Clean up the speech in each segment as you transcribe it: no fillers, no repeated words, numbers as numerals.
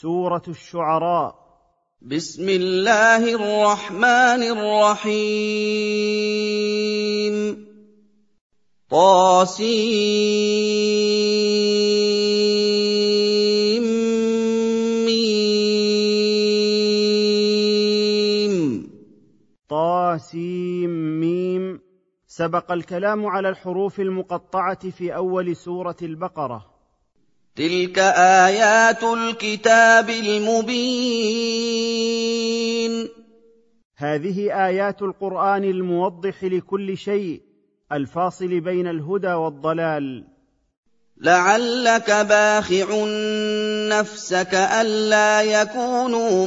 سورة الشعراء. بسم الله الرحمن الرحيم. طاسيم ميم. طاسيم ميم. سبق الكلام على الحروف المقطعة في أول سورة البقرة. تلك آيات الكتاب المبين. هذه آيات القرآن الموضح لكل شيء، الفاصل بين الهدى والضلال. لعلك باخع نفسك ألا يكونوا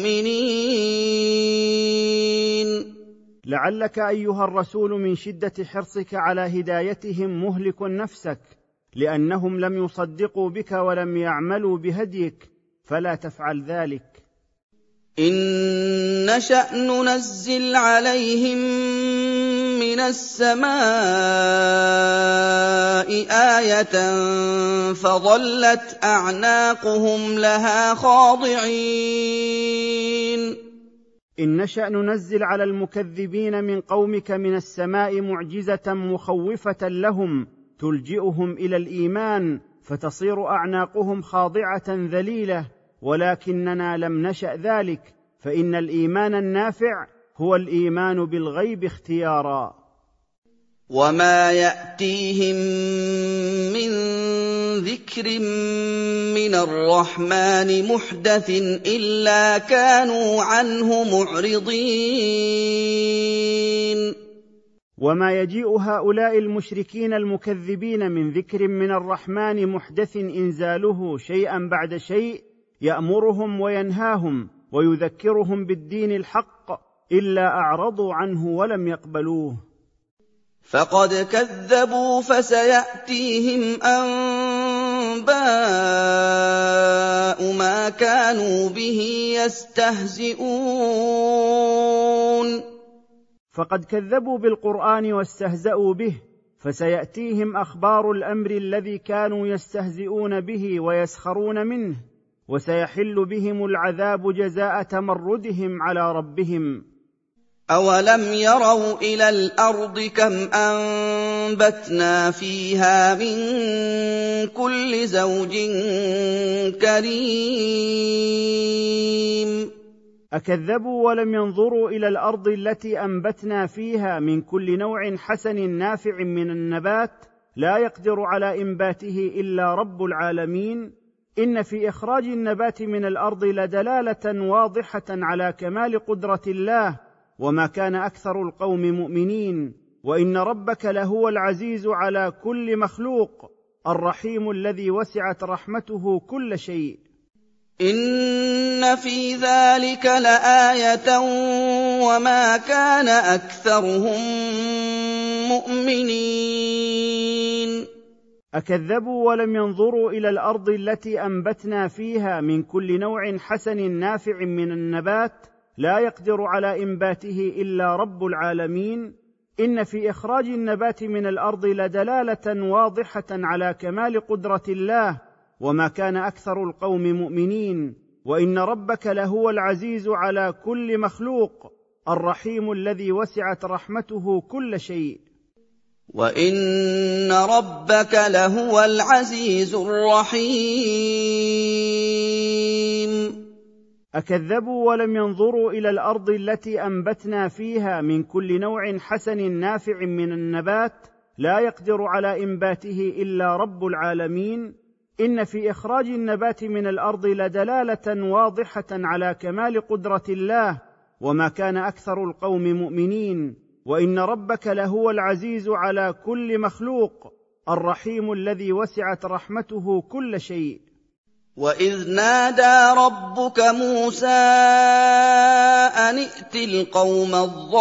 مؤمنين. لعلك أيها الرسول من شدة حرصك على هدايتهم مهلك نفسك، لأنهم لم يصدقوا بك ولم يعملوا بهديك، فلا تفعل ذلك. إن نشأ ننزل عليهم من السماء آية فظلت أعناقهم لها خاضعين. إن نشأ ننزل على المكذبين من قومك من السماء معجزة مخوفة لهم تلجئهم إلى الإيمان، فتصير أعناقهم خاضعة ذليلة، ولكننا لم نشأ ذلك، فإن الإيمان النافع هو الإيمان بالغيب اختيارا. وما يأتيهم من ذكر من الرحمن محدث إلا كانوا عنه معرضين. وما يجيء هؤلاء المشركين المكذبين من ذكر من الرحمن محدث إنزاله شيئا بعد شيء يأمرهم وينهاهم ويذكرهم بالدين الحق، إلا أعرضوا عنه ولم يقبلوه. فقد كذبوا فسيأتيهم أنباء ما كانوا به يستهزئون. فقد كذبوا بالقرآن واستهزأوا به، فسيأتيهم أخبار الأمر الذي كانوا يستهزئون به ويسخرون منه، وسيحل بهم العذاب جزاء تمردهم على ربهم. أولم يروا إلى الأرض كم أنبتنا فيها من كل زوج كريم. أكذبوا ولم ينظروا إلى الأرض التي أنبتنا فيها من كل نوع حسن نافع من النبات لا يقدر على إنباته إلا رب العالمين. إن في إخراج النبات من الأرض لدلالة واضحة على كمال قدرة الله، وما كان أكثر القوم مؤمنين. وإن ربك لهو العزيز على كل مخلوق، الرحيم الذي وسعت رحمته كل شيء. إن في ذلك لآية وما كان أكثرهم مؤمنين. أكذبوا ولم ينظروا إلى الأرض التي أنبتنا فيها من كل نوع حسن نافع من النبات لا يقدر على إنباته إلا رب العالمين. إن في إخراج النبات من الأرض لدلالة واضحة على كمال قدرة الله، وما كان أكثر القوم مؤمنين. وإن ربك لهو العزيز على كل مخلوق، الرحيم الذي وسعت رحمته كل شيء. وإن ربك لهو العزيز الرحيم. أكذبوا ولم ينظروا إلى الأرض التي أنبتنا فيها من كل نوع حسن نافع من النبات لا يقدر على إنباته إلا رب العالمين. إن في إخراج النبات من الأرض لدلالة واضحة على كمال قدرة الله، وما كان أكثر القوم مؤمنين. وإن ربك لهو العزيز على كل مخلوق، الرحيم الذي وسعت رحمته كل شيء. وإذ نادى ربك موسى أن ائت القوم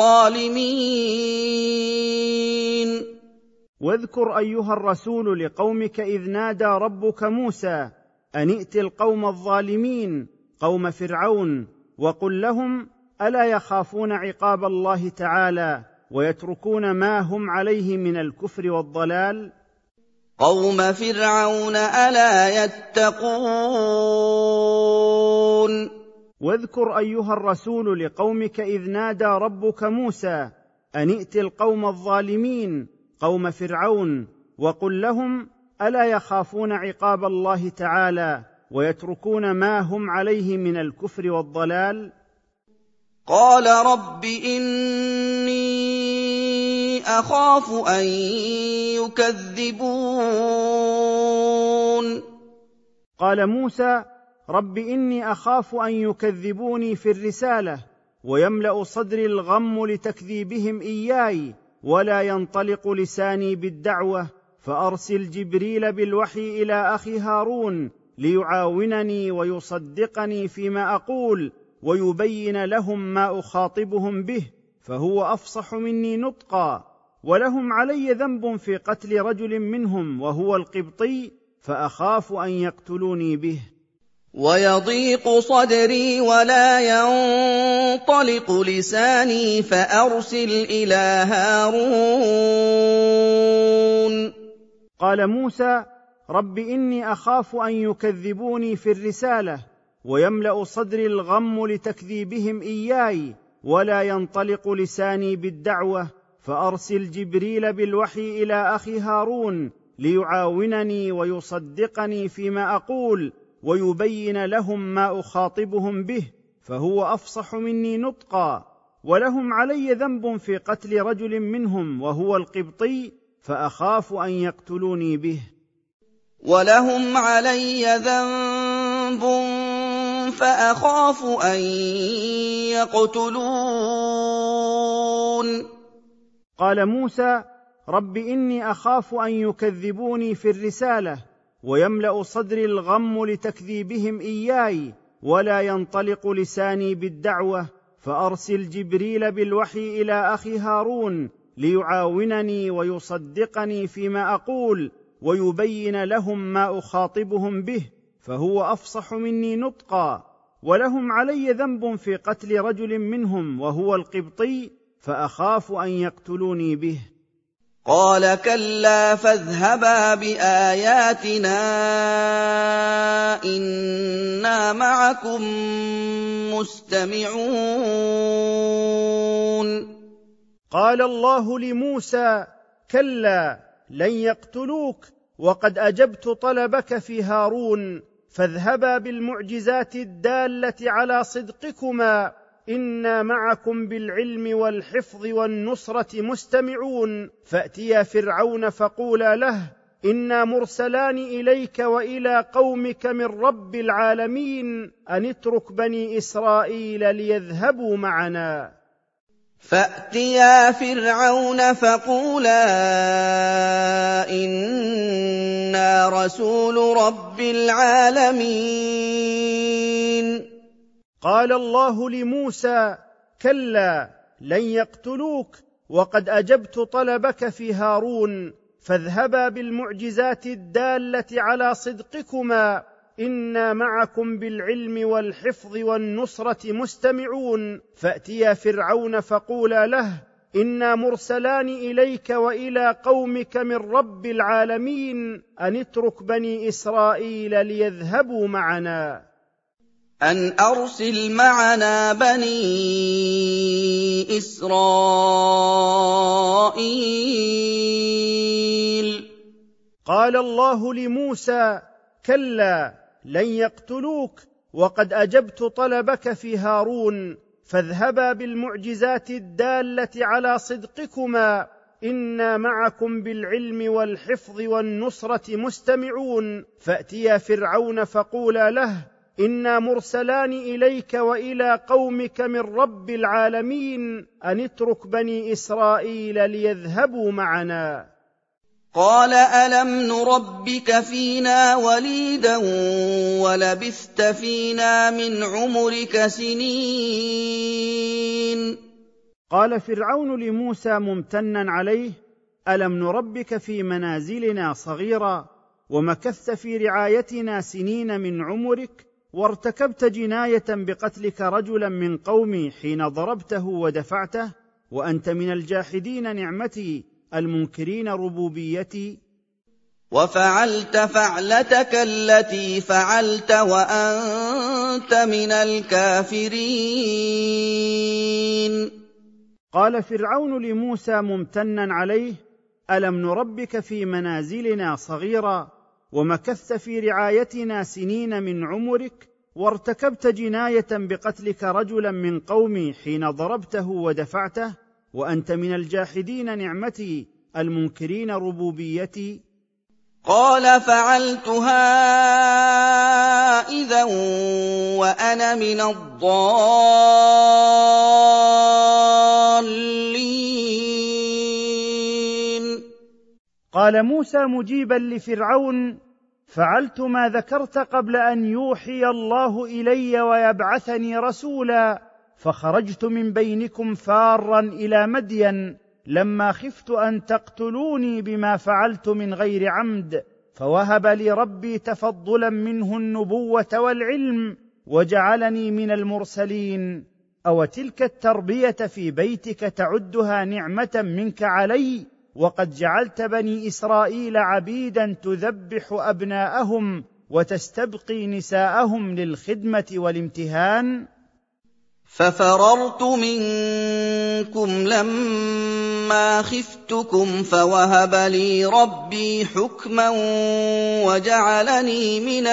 الظالمين. واذكر أيها الرسول لقومك إذ نادى ربك موسى أن ائت القوم الظالمين، قوم فرعون، وقل لهم ألا يخافون عقاب الله تعالى ويتركون ما هم عليه من الكفر والضلال؟ قوم فرعون ألا يتقون واذكر أيها الرسول لقومك إذ نادى ربك موسى أن ائت القوم الظالمين قوم فرعون وقل لهم ألا يخافون عقاب الله تعالى ويتركون ما هم عليه من الكفر والضلال؟ قال رب إني أخاف أن يكذبون. قال موسى رب إني أخاف أن يكذبوني في الرسالة ويملأ صدري الغم لتكذيبهم إياي ولا ينطلق لساني بالدعوة، فأرسل جبريل بالوحي إلى أخي هارون ليعاونني ويصدقني فيما أقول ويبين لهم ما أخاطبهم به، فهو أفصح مني نطقا، ولهم علي ذنب في قتل رجل منهم وهو القبطي، فأخاف أن يقتلوني به. ويضيق صدري ولا ينطلق لساني فأرسل إلى هارون. قال موسى رب إني أخاف أن يكذبوني في الرسالة ويملأ صدري الغم لتكذيبهم إياي ولا ينطلق لساني بالدعوة، فأرسل جبريل بالوحي إلى أخي هارون ليعاونني ويصدقني فيما أقول ويبين لهم ما أخاطبهم به، فهو أفصح مني نطقا، ولهم علي ذنب في قتل رجل منهم وهو القبطي، فأخاف أن يقتلوني به. ولهم علي ذنب فأخاف أن يقتلون. قال موسى رب إني أخاف أن يكذبوني في الرسالة ويملأ صدري الغم لتكذيبهم إياي ولا ينطلق لساني بالدعوة، فأرسل جبريل بالوحي إلى أخي هارون ليعاونني ويصدقني فيما أقول ويبين لهم ما أخاطبهم به، فهو أفصح مني نطقا، ولهم علي ذنب في قتل رجل منهم وهو القبطي، فأخاف أن يقتلوني به. قال كلا فاذهبا بآياتنا إنا معكم مستمعون. قال الله لموسى كلا لن يقتلوك وقد أجبت طلبك في هارون، فاذهبا بالمعجزات الدالة على صدقكما إنا معكم بالعلم والحفظ والنصرة مستمعون، فأتيا فرعون فقولا له إنا مرسلان إليك وإلى قومك من رب العالمين أن اترك بني إسرائيل ليذهبوا معنا. فأتيا فرعون فقولا إنا رسول رب العالمين. قال الله لموسى كلا لن يقتلوك وقد أجبت طلبك في هارون، فاذهبا بالمعجزات الدالة على صدقكما إنا معكم بالعلم والحفظ والنصرة مستمعون، فأتيا فرعون فقولا له إنا مرسلان إليك وإلى قومك من رب العالمين أن اترك بني إسرائيل ليذهبوا معنا. أن أرسل معنا بني إسرائيل. قال الله لموسى كلا لن يقتلوك وقد أجبت طلبك في هارون، فاذهبا بالمعجزات الدالة على صدقكما إنا معكم بالعلم والحفظ والنصرة مستمعون، فأتيا فرعون فقولا له إنا مرسلان إليك وإلى قومك من رب العالمين أن اترك بني إسرائيل ليذهبوا معنا. قال ألم نربك فينا وليدا ولبثت فينا من عمرك سنين. قال فرعون لموسى ممتنا عليه ألم نربك في منازلنا صغيرا ومكثت في رعايتنا سنين من عمرك، وارتكبت جناية بقتلك رجلا من قومي حين ضربته ودفعته، وأنت من الجاحدين نعمتي المنكرين ربوبيتي. وَفَعَلْتَ فَعْلَتَكَ الَّتِي فَعَلْتَ وَأَنتَ مِنَ الْكَافِرِينَ قال فرعون لموسى ممتنا عليه: ألم نربك في منازلنا صغيرا ومكثت في رعايتنا سنين من عمرك، وارتكبت جناية بقتلك رجلا من قومي حين ضربته ودفعته، وأنت من الجاحدين نعمتي المنكرين ربوبيتي؟ قَالَ فَعَلْتُهَا إِذًا وَأَنَا مِنَ الضَّالِّينَ قال موسى مجيبا لفرعون: فعلت ما ذكرت قبل أن يوحي الله إلي ويبعثني رسولا، فخرجت من بينكم فارا إلى مدين لما خفت أن تقتلوني بما فعلت من غير عمد، فوهب لي ربي تفضلا منه النبوة والعلم وجعلني من المرسلين. أو تلك التربية في بيتك تعدها نعمة منك علي، وقد جعلت بني إسرائيل عبيدا تذبح أبناءهم وتستبقي نساءهم للخدمة والامتهان؟ فَفَرَرْتُ مِنكُمْ لَمَّا خِفْتُكُمْ فَوَهَبَ لِي رَبِّي حُكْمًا وَجَعَلَنِي مِنَ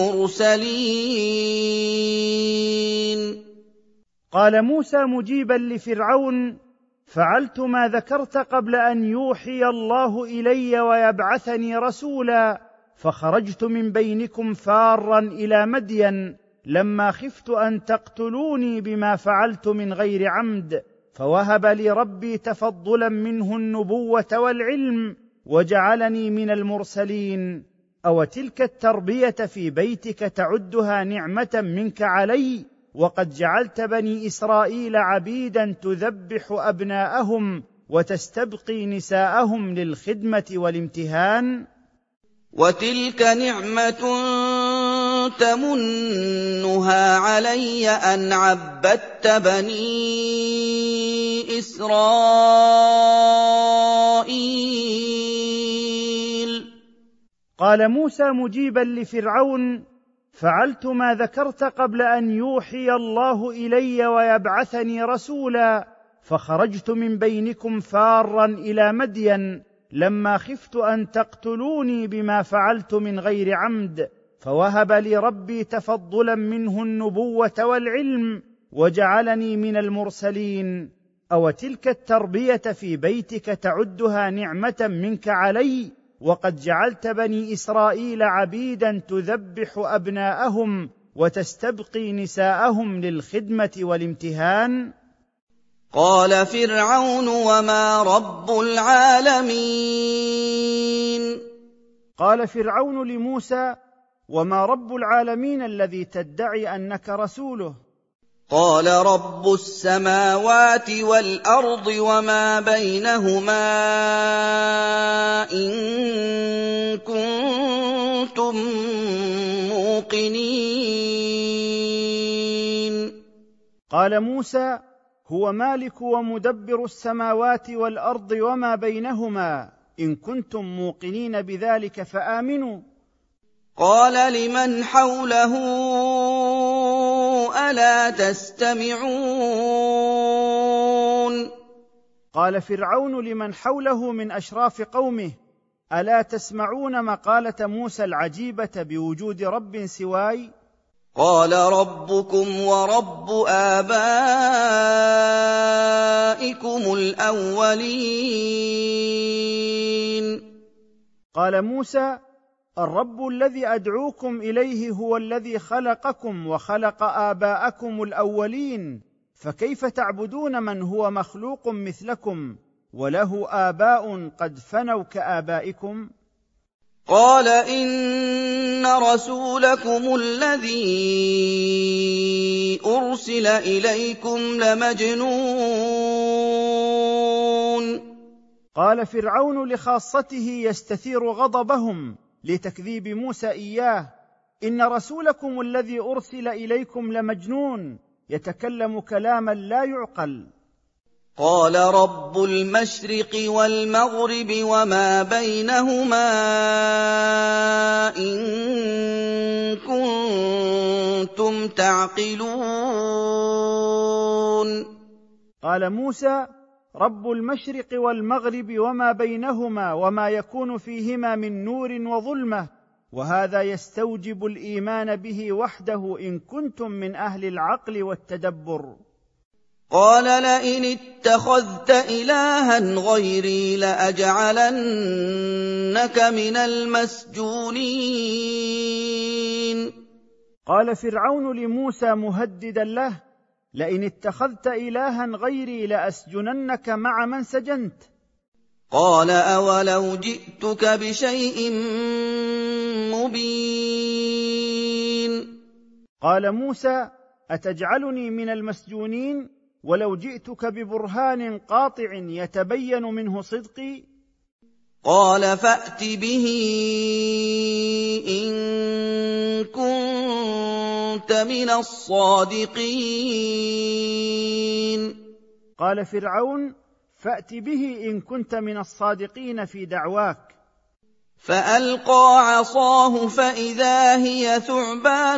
الْمُرْسَلِينَ قال موسى مجيبا لفرعون: فعلت ما ذكرت قبل أن يوحي الله إلي ويبعثني رسولا، فخرجت من بينكم فارا إلى مدين لما خفت أن تقتلوني بما فعلت من غير عمد، فوهب لي ربي تفضلا منه النبوة والعلم وجعلني من المرسلين. أو تلك التربية في بيتك تعدها نعمة منك علي، وقد جعلت بني إسرائيل عبيدا تذبح أبناءهم وتستبقي نساءهم للخدمة والامتهان؟ وَتِلْكَ نِعْمَةٌ تَمُنُّهَا عَلَيَّ أَنْ عَبَّدتَّ بَنِي إِسْرَائِيلَ قال موسى مجيبا لفرعون: فعلت ما ذكرت قبل أن يوحي الله إلي ويبعثني رسولا، فخرجت من بينكم فارا إلى مدين لما خفت أن تقتلوني بما فعلت من غير عمد، فوهب لي ربي تفضلا منه النبوة والعلم وجعلني من المرسلين. أو تلك التربية في بيتك تعدها نعمة منك علي، وقد جعلت بني إسرائيل عبيدا تذبح أبناءهم وتستبقي نساءهم للخدمة والامتهان؟ قَالَ فِرْعَوْنُ وَمَا رَبُّ الْعَالَمِينَ قال فرعون لموسى: وما رب العالمين الذي تدعي أنك رسوله؟ قَالَ رَبُّ السَّمَاوَاتِ وَالْأَرْضِ وَمَا بَيْنَهُمَا إِن كُنتُم مُّوقِنِينَ قال موسى: هو مالك ومدبر السماوات والأرض وما بينهما، إن كنتم موقنين بذلك فآمنوا. قَالَ لِمَنْ حَوْلَهُ أَلَا تَسْتَمِعُونَ قال فرعون لمن حوله من أشراف قومه: ألا تسمعون مقالة موسى العجيبة بوجود رب سواي؟ قَالَ رَبُّكُمْ وَرَبُّ آبَائِكُمُ الْأَوَّلِينَ قال موسى: الرب الذي أدعوكم إليه هو الذي خلقكم وخلق آباءكم الأولين، فكيف تعبدون من هو مخلوق مثلكم وله آباء قد فنوا كآبائكم؟ قَالَ إِنَّ رَسُولَكُمُ الَّذِي أُرْسِلَ إِلَيْكُمْ لَمَجْنُونٌ قال فرعون لخاصته يستثير غضبهم لتكذيب موسى إياه: إن رسولكم الذي أرسل إليكم لمجنون، يتكلم كلاما لا يعقل. قَالَ رَبُّ الْمَشْرِقِ وَالْمَغْرِبِ وَمَا بَيْنَهُمَا إِن كُنتُمْ تَعْقِلُونَ قال موسى: رب المشرق والمغرب وما بينهما وما يكون فيهما من نور وظلمه، وهذا يستوجب الإيمان به وحده إن كنتم من أهل العقل والتدبر. قَالَ لَئِنِ اتَّخَذْتَ إِلَٰهًا غَيْرِي لَأَجْعَلَنَّكَ مِنَ الْمَسْجُونِينَ قال فرعون لموسى مهددا له: لئن اتخذت إلها غيري لأسجننك مع من سجنت. قَالَ أَوَلَوْ جِئْتُكَ بِشَيْءٍ مُّبِينٍ قال موسى: أتجعلني من المسجونين ولو جئتك ببرهان قاطع يتبين منه صدقي؟ قَالَ فَأْتِ بِهِ إِن كُنتَ مِنَ الصَّادِقِينَ قال فرعون: فأت به إن كنت من الصادقين في دعواك. فألقى عصاه فإذا هي ثعبان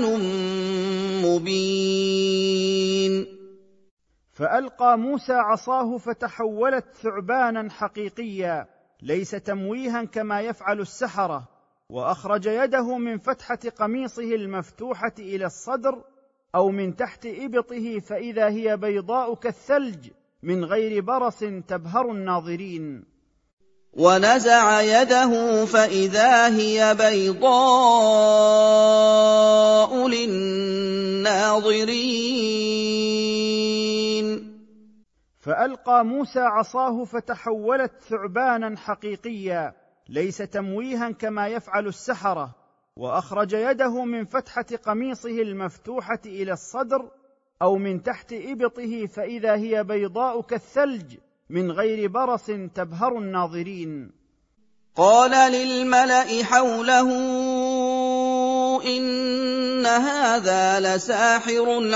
مبين. فألقى موسى عصاه فتحولت ثعبانا حقيقيا ليس تمويها كما يفعل السحرة، وأخرج يده من فتحة قميصه المفتوحة إلى الصدر أو من تحت إبطه فإذا هي بيضاء كالثلج من غير برص تبهر الناظرين. ونزع يده فإذا هي بيضاء للناظرين. فألقى موسى عصاه فتحولت ثعبانا حقيقيا ليس تمويها كما يفعل السحرة، وأخرج يده من فتحة قميصه المفتوحة إلى الصدر أو من تحت إبطه فإذا هي بيضاء كالثلج من غير برص تبهر الناظرين. قال للملأ حوله إن هذا لساحر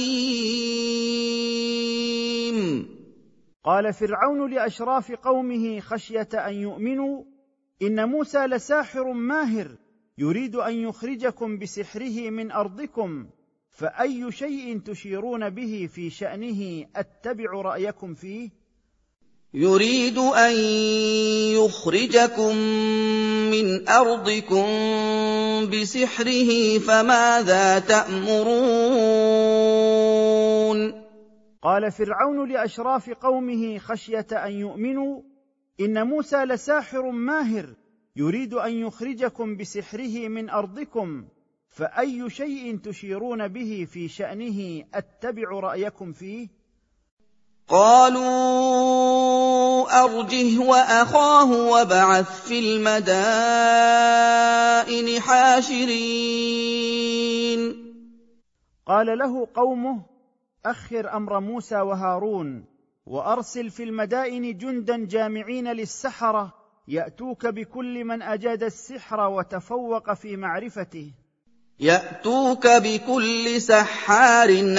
عليم. قال فرعون لأشراف قومه خشية أن يؤمنوا: إن موسى لساحر ماهر يريد أن يخرجكم بسحره من أرضكم، فأي شيء تشيرون به في شأنه أتبع رأيكم فيه؟ يريد أن يخرجكم من أرضكم بسحره فماذا تأمرون؟ قال فرعون لأشراف قومه خشية أن يؤمنوا: إن موسى لساحر ماهر يريد أن يخرجكم بسحره من أرضكم، فأي شيء تشيرون به في شأنه أتبع رأيكم فيه؟ قالوا أرجه وأخاه وابعث في المدائن حاشرين. قال له قومه: أخر أمر موسى وهارون، وأرسل في المدائن جندا جامعين للسحرة يأتوك بكل من أجاد السحر وتفوق في معرفته. يأتوك بكل سحار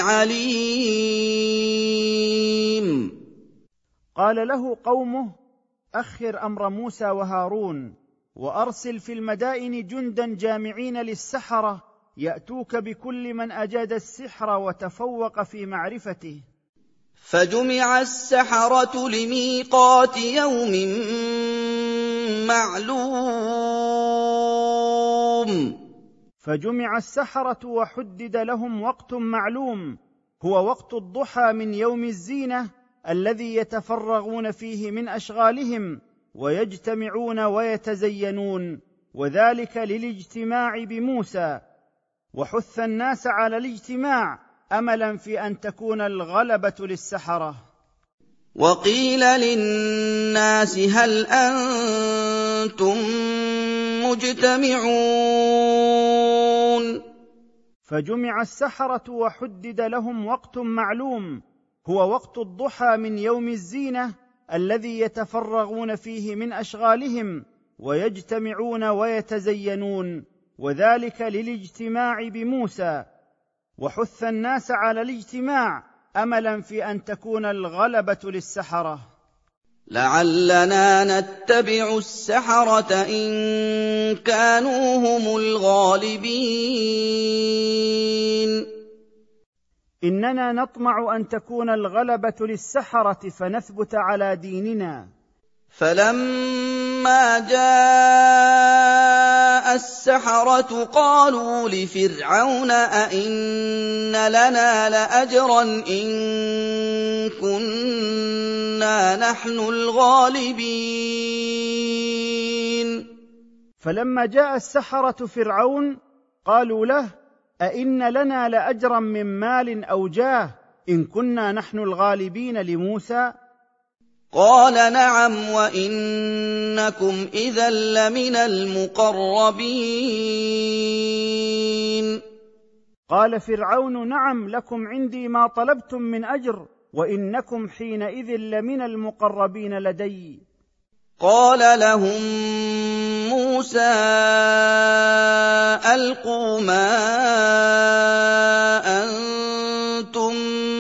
عليم. قال له قومه: أخر أمر موسى وهارون، وأرسل في المدائن جندا جامعين للسحرة يأتوك بكل من أجاد السحر وتفوق في معرفته. فجمع السحرة لميقات يوم معلوم. فجمع السحرة وحدد لهم وقت معلوم، هو وقت الضحى من يوم الزينة الذي يتفرغون فيه من أشغالهم ويجتمعون ويتزينون، وذلك للاجتماع بموسى. وحث الناس على الاجتماع أملا في أن تكون الغلبة للسحرة. وقيل للناس هل أنتم مجتمعون؟ فجمع السحرة وحدد لهم وقت معلوم، هو وقت الضحى من يوم الزينة الذي يتفرغون فيه من أشغالهم ويجتمعون ويتزينون، وذلك للاجتماع بموسى. وحث الناس على الاجتماع املا في ان تكون الغلبه للسحره. لعلنا نتبع السحرة إن كانوا هم الغالبين. إننا نطمع أن تكون الغلبة للسحرة فنثبت على ديننا. فلما جاء السحرة قالوا لفرعون أئن لنا لأجرا إن كنا نحن الغالبين. فلما جاء السحرة فرعون قالوا له أئن لنا لأجرا من مال أو جاه إن كنا نحن الغالبين لموسى. قال نعم وإنكم إذا لمن المقربين. قال فرعون نعم لكم عندي ما طلبتم من أجر وإنكم حينئذ لمن المقربين لدي. قال لهم موسى ألقوا ما أنتم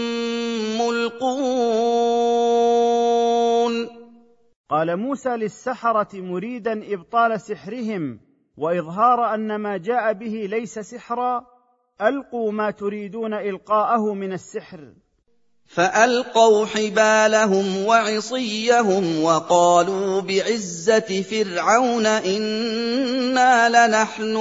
ملقون. قال موسى للسحرة مريدا إبطال سحرهم وإظهار أن ما جاء به ليس سحرا: ألقوا ما تريدون إلقاءه من السحر. فألقوا حبالهم وعصيهم وقالوا بعزة فرعون إنا لنحن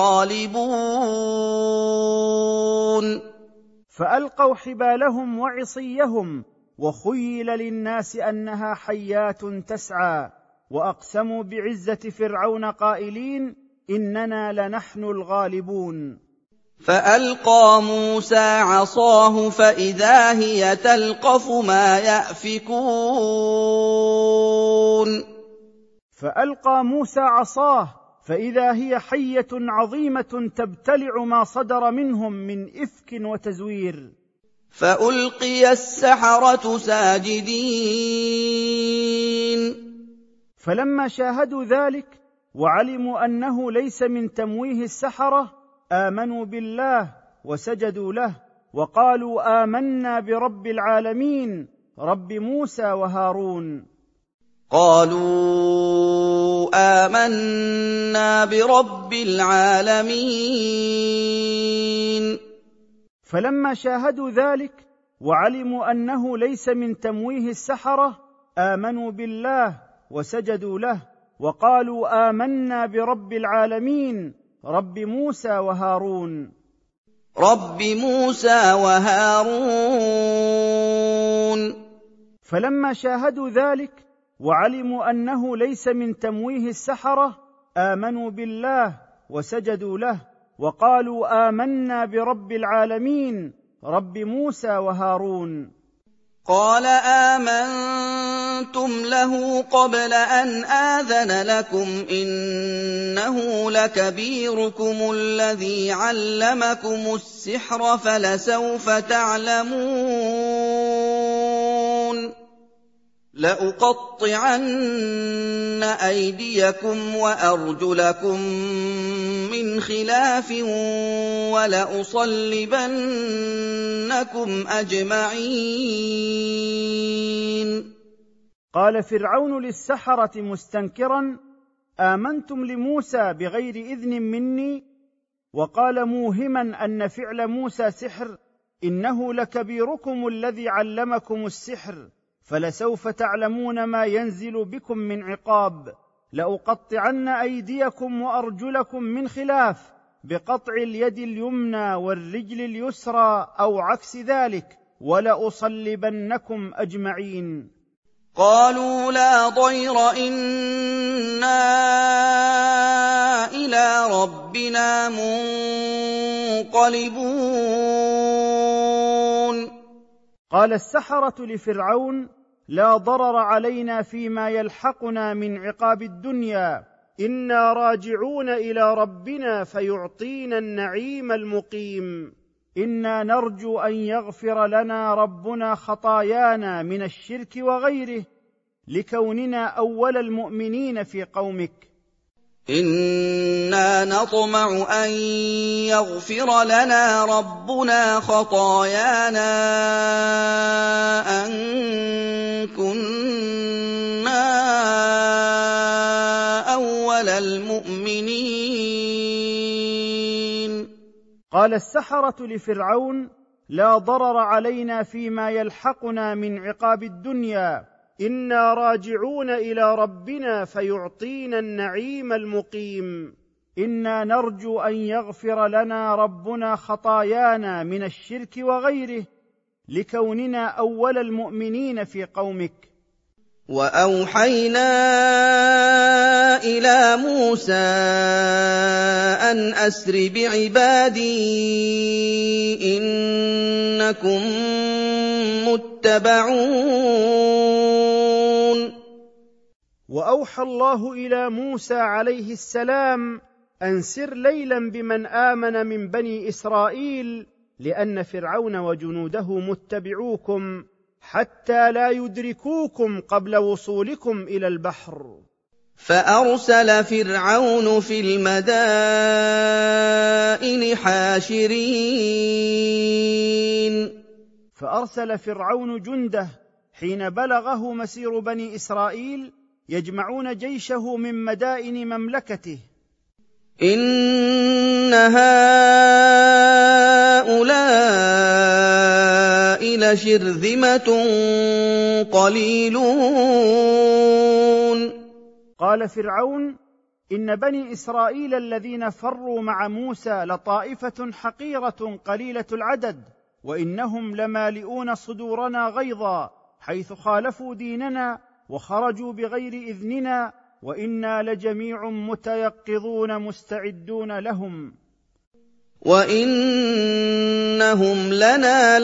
الغالبون. فألقوا حبالهم وعصيهم وخيل للناس أنها حيات تسعى، وأقسموا بعزة فرعون قائلين إننا لنحن الغالبون. فألقى موسى عصاه فإذا هي تلقف ما يأفكون. فألقى موسى عصاه فإذا هي حية عظيمة تبتلع ما صدر منهم من إفك وتزوير. فألقي السحرة ساجدين. فلما شاهدوا ذلك وعلموا أنه ليس من تمويه السحرة آمنوا بالله وسجدوا له وقالوا آمنا برب العالمين رب موسى وهارون. قالوا آمنا برب العالمين. فلما شاهدوا ذلك وعلموا أنه ليس من تمويه السحرة آمنوا بالله وسجدوا له وقالوا آمنا برب العالمين رب موسى وهارون. رب موسى وهارون. فلما شاهدوا ذلك وعلموا أنه ليس من تمويه السحرة آمنوا بالله وسجدوا له وقالوا آمنا برب العالمين رب موسى وهارون. قال آمنتم له قبل أن آذن لكم إنه لكبيركم الذي علمكم السحر فلسوف تعلمون. لأقطعن أيديكم وأرجلكم من خلاف ولأصلبنكم أجمعين. قال فرعون للسحرة مستنكرا: آمنتم لموسى بغير إذن مني؟ وقال موهما أن فعل موسى سحر: إنه لكبيركم الذي علمكم السحر فلسوف تعلمون ما ينزل بكم من عقاب. لأقطعن أيديكم وأرجلكم من خلاف بقطع اليد اليمنى والرجل اليسرى أو عكس ذلك ولأصلبنكم أجمعين. قالوا لا ضير إنا إلى ربنا منقلبون. قال السحرة لفرعون: لا ضرر علينا فيما يلحقنا من عقاب الدنيا، إنا راجعون إلى ربنا فيعطينا النعيم المقيم. إنا نرجو أن يغفر لنا ربنا خطايانا من الشرك وغيره لكوننا أول المؤمنين في قومك. إِنَّا نَطْمَعُ أَن يَغْفِرَ لَنَا رَبُّنَا خَطَايَانَا أَن كُنَّا أَوَّلَ الْمُؤْمِنِينَ. قال السحرة لفرعون: لا ضرر علينا فيما يلحقنا من عقاب الدنيا، إنا راجعون إلى ربنا فيعطينا النعيم المقيم. إنا نرجو أن يغفر لنا ربنا خطايانا من الشرك وغيره، لكوننا أول المؤمنين في قومك. وَأَوْحَيْنَا إِلَىٰ مُوسَىٰ أَنْ أَسْرِ بِعِبَادِي إِنَّكُم مُّتَّبَعُونَ. وأوحى الله إلى موسى عليه السلام أن سر ليلا بمن آمن من بني إسرائيل، لأن فرعون وجنوده متبعوكم حتى لا يدركوكم قبل وصولكم إلى البحر. فأرسل فرعون في المدائن حاشرين. فأرسل فرعون جنده حين بلغه مسير بني إسرائيل يجمعون جيشه من مدائن مملكته. إن هؤلاء لشرذمة قليلون. قال فرعون: إن بني إسرائيل الذين فروا مع موسى لطائفة حقيرة قليلة العدد، وإنهم لمالئون صدورنا غيظا حيث خالفوا ديننا وخرجوا بغير إذننا، وإنا لجميع متيقظون مستعدون لهم، وإنهم لنا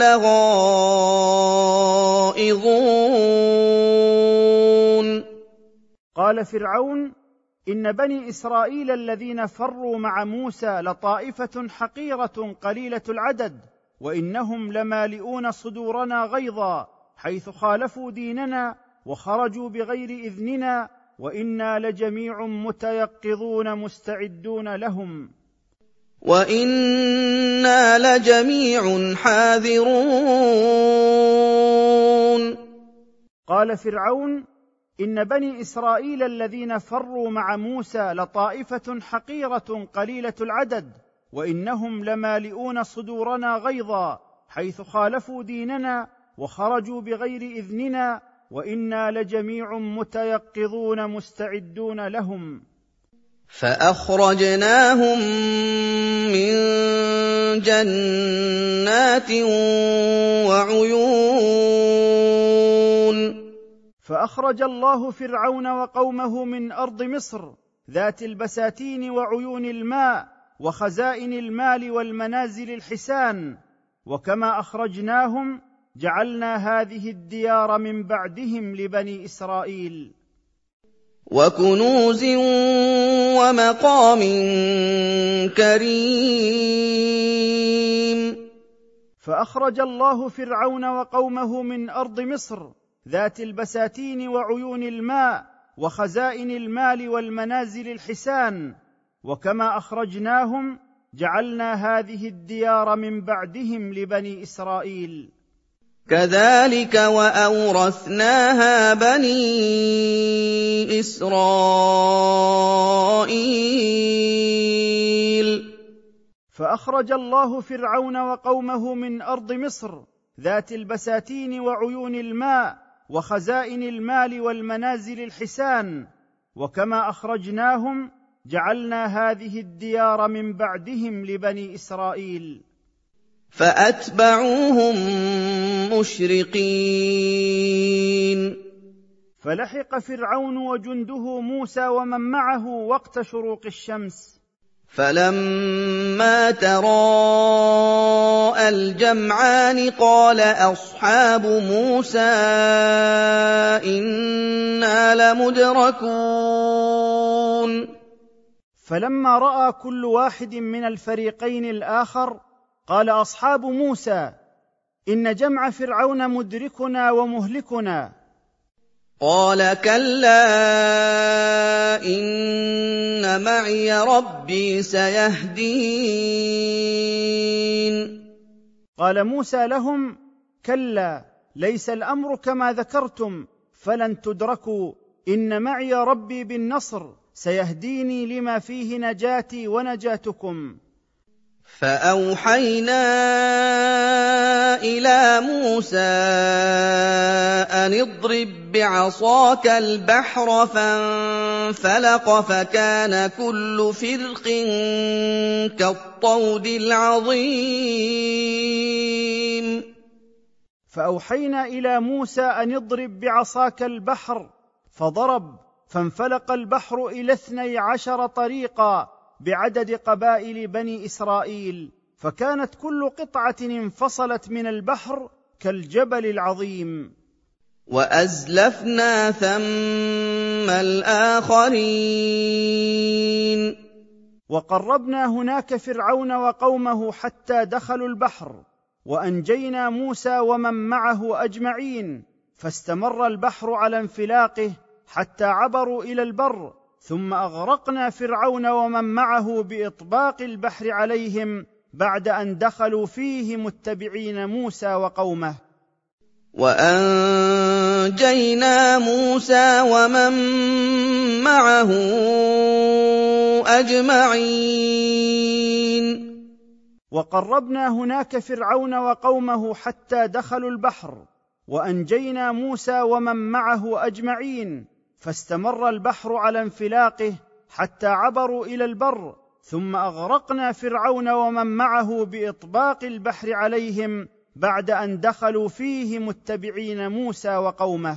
لغائظون. قال فرعون: إن بني إسرائيل الذين فروا مع موسى لطائفة حقيرة قليلة العدد، وإنهم لمالئون صدورنا غيظا حيث خالفوا ديننا وخرجوا بغير إذننا، وإنا لجميع متيقظون مستعدون لهم، وإنا لجميع حاذرون. قال فرعون: إن بني إسرائيل الذين فروا مع موسى لطائفة حقيرة قليلة العدد، وإنهم لمالئون صدورنا غيظا حيث خالفوا ديننا وخرجوا بغير إذننا، وإنا لجميع متيقظون مستعدون لهم. فأخرجناهم من جنات وعيون. فأخرج الله فرعون وقومه من أرض مصر ذات البساتين وعيون الماء وخزائن المال والمنازل الحسان، وكما أخرجناهم جعلنا هذه الديار من بعدهم لبني إسرائيل. وكنوز ومقام كريم. فأخرج الله فرعون وقومه من أرض مصر ذات البساتين وعيون الماء وخزائن المال والمنازل الحسان، وكما أخرجناهم جعلنا هذه الديار من بعدهم لبني إسرائيل. كذلك وأورثناها بني إسرائيل. فأخرج الله فرعون وقومه من أرض مصر ذات البساتين وعيون الماء وخزائن المال والمنازل الحسان، وكما أخرجناهم جعلنا هذه الديار من بعدهم لبني إسرائيل. فأتبعوهم مشرقين. فلحق فرعون وجنده موسى ومن معه وقت شروق الشمس. فلما تراءى الجمعان قال أصحاب موسى إنا لمدركون. فلما رأى كل واحد من الفريقين الآخر قال أصحاب موسى: إن جمع فرعون مدركنا ومهلكنا. قَالَ كَلَّا إِنَّ مَعِيَ رَبِّي سَيَهْدِينِ قال موسى لهم: كلا، ليس الأمر كما ذكرتم، فلن تدركوا، إن معي ربي بالنصر، سيهديني لما فيه نجاتي ونجاتكم. فَأَوْحَيْنَا إِلَىٰ مُوسَىٰ أَنِ اضْرِب بِّعَصَاكَ الْبَحْرَ ۖ فَانفَلَقَ فَكَانَ كُلُّ فِرْقٍ كَالطَّوْدِ الْعَظِيمِ فأوحينا إلى موسى أن اضرب بعصاك البحر، فضرب، فانفلق البحر إلى 12 طريقا بعدد قبائل بني إسرائيل، فكانت كل قطعة انفصلت من البحر كالجبل العظيم. وَأَزْلَفْنَا ثَمَّ الْآخَرِينَ وقربنا هناك فرعون وقومه حتى دخلوا البحر، وأنجينا موسى ومن معه أجمعين، فاستمر البحر على انفلاقه حتى عبروا إلى البر، ثم أغرقنا فرعون ومن معه بإطباق البحر عليهم بعد أن دخلوا فيه متبعين موسى وقومه. وَأَنجَيْنَا مُوسَىٰ وَمَن مَّعَهُ أَجْمَعِينَ وقربنا هناك فرعون وقومه حتى دخلوا البحر، وأنجينا موسى ومن معه أجمعين، فاستمر البحر على انفلاقه حتى عبروا إلى البر، ثم أغرقنا فرعون ومن معه بإطباق البحر عليهم بعد أن دخلوا فيه متبعين موسى وقومه.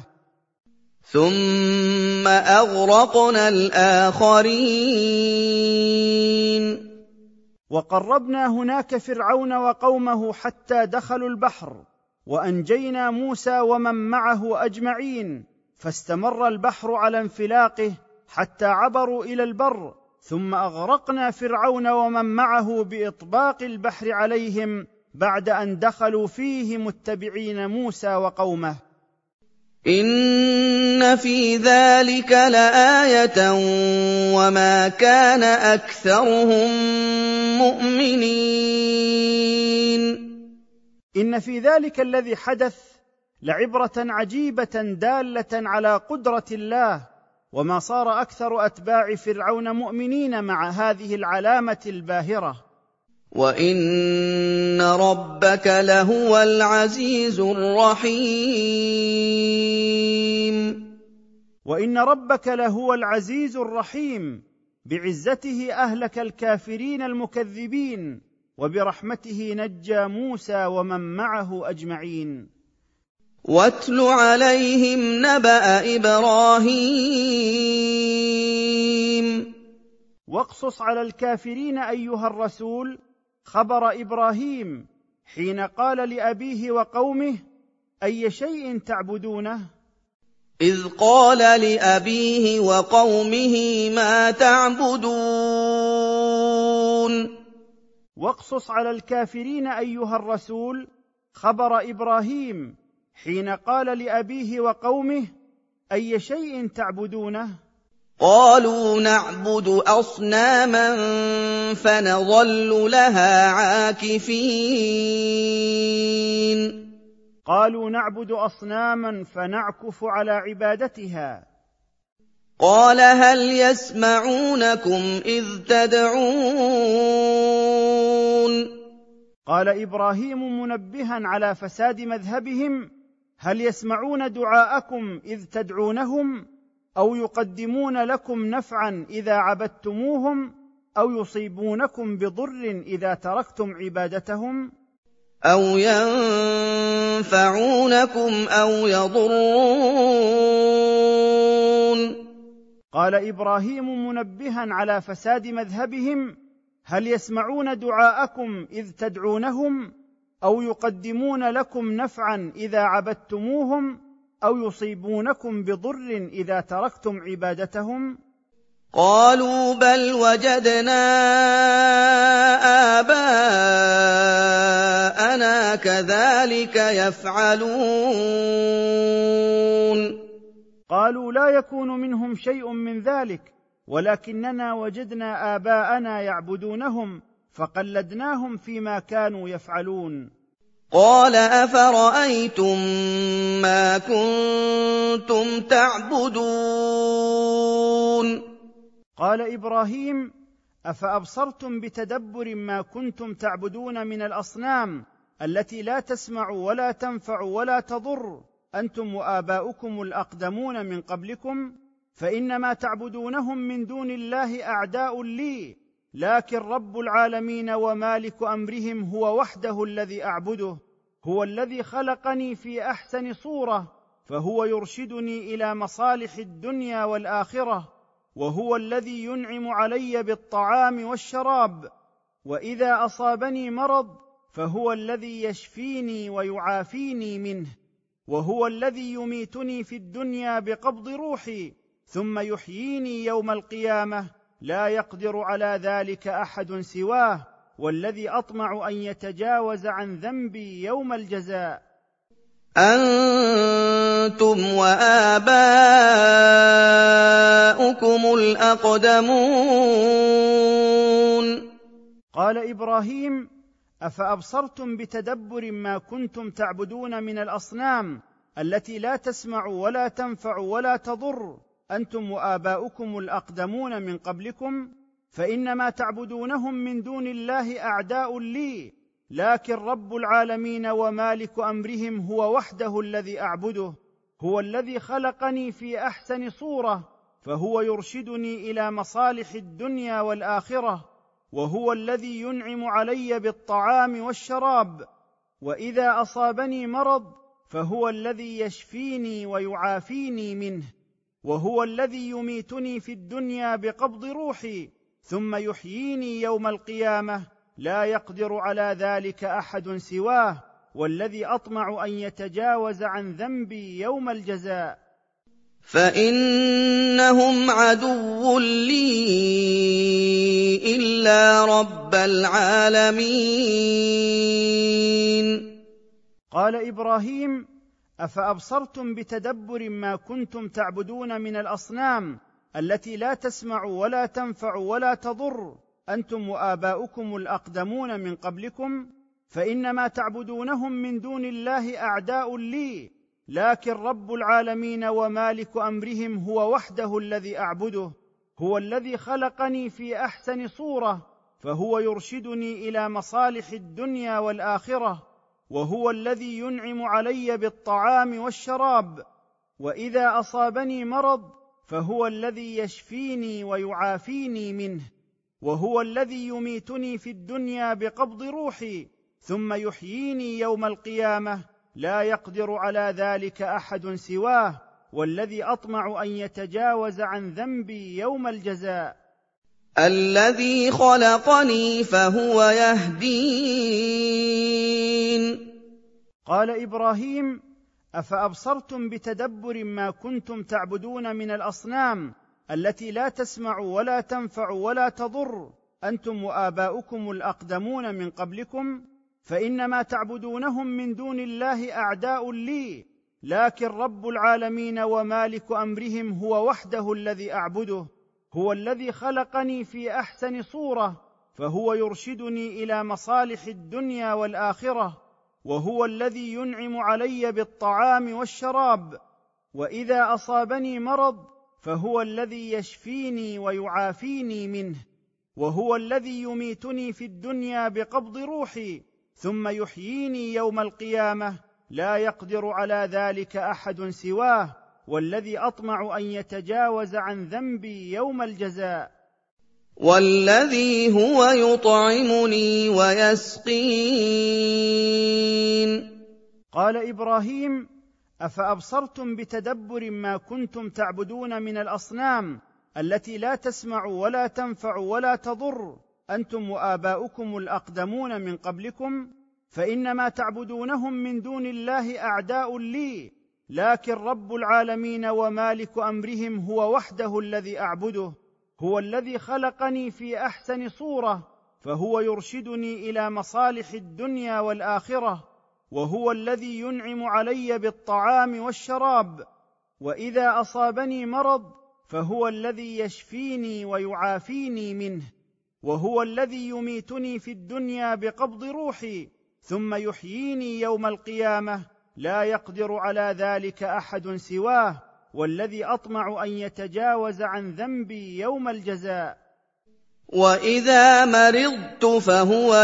ثُمَّ أَغْرَقْنَا الْآخَرِينَ وقربنا هناك فرعون وقومه حتى دخلوا البحر، وأنجينا موسى ومن معه أجمعين، فاستمر البحر على انفلاقه حتى عبروا إلى البر، ثم أغرقنا فرعون ومن معه بإطباق البحر عليهم بعد أن دخلوا فيه متبعين موسى وقومه. إِنَّ فِي ذَٰلِكَ لَآيَةً وَمَا كَانَ أَكْثَرُهُم مُّؤْمِنِينَ إن في ذلك الذي حدث لعبرة عجيبة دالة على قدرة الله، وما صار أكثر أتباع فرعون مؤمنين مع هذه العلامة الباهرة. وَإِنَّ رَبَّكَ لَهُوَ الْعَزِيزُ الرَّحِيمُ وإن ربك لهو العزيز الرحيم، بعزته أهلك الكافرين المكذبين، وبرحمته نجى موسى ومن معه أجمعين. وَاتْلُ عَلَيْهِمْ نَبَأَ إِبْرَاهِيمَ واقصص على الكافرين أيها الرسول خبر إبراهيم حين قال لأبيه وقومه: أي شيء تعبدونه؟ إِذْ قَالَ لِأَبِيهِ وَقَوْمِهِ مَا تَعْبُدُونَ واقصص على الكافرين أيها الرسول خبر إبراهيم حين قال لأبيه وقومه: أي شيء تعبدونه؟ قَالُوا نَعْبُدُ أَصْنَامًا فَنَظَلُّ لَهَا عَاكِفِينَ قالوا نعبد أصناما فنعكف على عبادتها. قَالَ هَلْ يَسْمَعُونَكُمْ إِذْ تَدْعُونَ قال إبراهيم منبها على فساد مذهبهم: هل يسمعون دعاءكم إذ تدعونهم، أو يقدمون لكم نفعا إذا عبدتموهم، أو يصيبونكم بضر إذا تركتم عبادتهم، أَوْ يَنفَعُونَكُمْ أَوْ يَضُرُّونَ قال إبراهيم منبها على فساد مذهبهم: هل يسمعون دعاءكم إذ تدعونهم، أو يقدمون لكم نفعا إذا عبدتموهم، أو يصيبونكم بضر إذا تركتم عبادتهم؟ قَالُوا بَلْ وَجَدْنَا آبَاءَنَا كَذَٰلِكَ يَفْعَلُونَ قالوا: لا يكون منهم شيء من ذلك، ولكننا وجدنا آباءنا يعبدونهم فقلدناهم فيما كانوا يفعلون. قال أفرأيتم ما كنتم تعبدون. قال إبراهيم: أفأبصرتم بتدبر ما كنتم تعبدون من الأصنام التي لا تسمع ولا تنفع ولا تضر، أنتم وآباؤكم الأقدمون من قبلكم، فإنما تعبدونهم من دون الله أعداء لي، لكن رب العالمين ومالك أمرهم هو وحده الذي أعبده، هو الذي خلقني في أحسن صورة، فهو يرشدني إلى مصالح الدنيا والآخرة، وهو الذي ينعم علي بالطعام والشراب، وإذا أصابني مرض فهو الذي يشفيني ويعافيني منه، وهو الذي يميتني في الدنيا بقبض روحي ثم يحييني يوم القيامة، لا يقدر على ذلك أحد سواه، والذي أطمع أن يتجاوز عن ذنبي يوم الجزاء. أنتم وآباؤكم الأقدمون. قال إبراهيم: أفأبصرتم بتدبر ما كنتم تعبدون من الأصنام التي لا تسمع ولا تنفع ولا تضر، أنتم وآباؤكم الأقدمون من قبلكم، فإنما تعبدونهم من دون الله أعداء لي، لكن رب العالمين ومالك أمرهم هو وحده الذي أعبده، هو الذي خلقني في أحسن صورة، فهو يرشدني إلى مصالح الدنيا والآخرة، وهو الذي ينعم علي بالطعام والشراب، وإذا أصابني مرض فهو الذي يشفيني ويعافيني منه، وهو الذي يميتني في الدنيا بقبض روحي ثم يحييني يوم القيامة، لا يقدر على ذلك أحد سواه، والذي أطمع أن يتجاوز عن ذنبي يوم الجزاء. فإنهم عدو لي إلا رب العالمين. قال إبراهيم: أفأبصرتم بتدبر ما كنتم تعبدون من الأصنام التي لا تسمع ولا تنفع ولا تضر، أنتم وآباؤكم الأقدمون من قبلكم، فإنما تعبدونهم من دون الله أعداء لي، لكن رب العالمين ومالك أمرهم هو وحده الذي أعبده، هو الذي خلقني في أحسن صورة، فهو يرشدني إلى مصالح الدنيا والآخرة، وهو الذي ينعم علي بالطعام والشراب، وإذا أصابني مرض فهو الذي يشفيني ويعافيني منه، وهو الذي يميتني في الدنيا بقبض روحي ثم يحييني يوم القيامة، لا يقدر على ذلك أحد سواه، والذي أطمع أن يتجاوز عن ذنبي يوم الجزاء. الذي خلقني فهو يهدين. قال إبراهيم: أفأبصرتم بتدبر ما كنتم تعبدون من الأصنام التي لا تسمع ولا تنفع ولا تضر، أنتم وآباؤكم الأقدمون من قبلكم، فإنما تعبدونهم من دون الله أعداء لي، لكن رب العالمين ومالك أمرهم هو وحده الذي أعبده، هو الذي خلقني في أحسن صورة، فهو يرشدني إلى مصالح الدنيا والآخرة، وهو الذي ينعم علي بالطعام والشراب، وإذا أصابني مرض فهو الذي يشفيني ويعافيني منه، وهو الذي يميتني في الدنيا بقبض روحي ثم يحييني يوم القيامة، لا يقدر على ذلك أحد سواه، والذي أطمع أن يتجاوز عن ذنبي يوم الجزاء. والذي هو يطعمني ويسقين. قال إبراهيم: أفأبصرتم بتدبر ما كنتم تعبدون من الأصنام التي لا تسمع ولا تنفع ولا تضر، أنتم وآباؤكم الأقدمون من قبلكم، فإنما تعبدونهم من دون الله أعداء لي، لكن رب العالمين ومالك أمرهم هو وحده الذي أعبده، هو الذي خلقني في أحسن صورة، فهو يرشدني إلى مصالح الدنيا والآخرة، وهو الذي ينعم علي بالطعام والشراب، وإذا أصابني مرض فهو الذي يشفيني ويعافيني منه، وهو الذي يميتني في الدنيا بقبض روحي ثم يحييني يوم القيامة، لا يقدر على ذلك أحد سواه، والذي أطمع أن يتجاوز عن ذنبي يوم الجزاء. وإذا مرضت فهو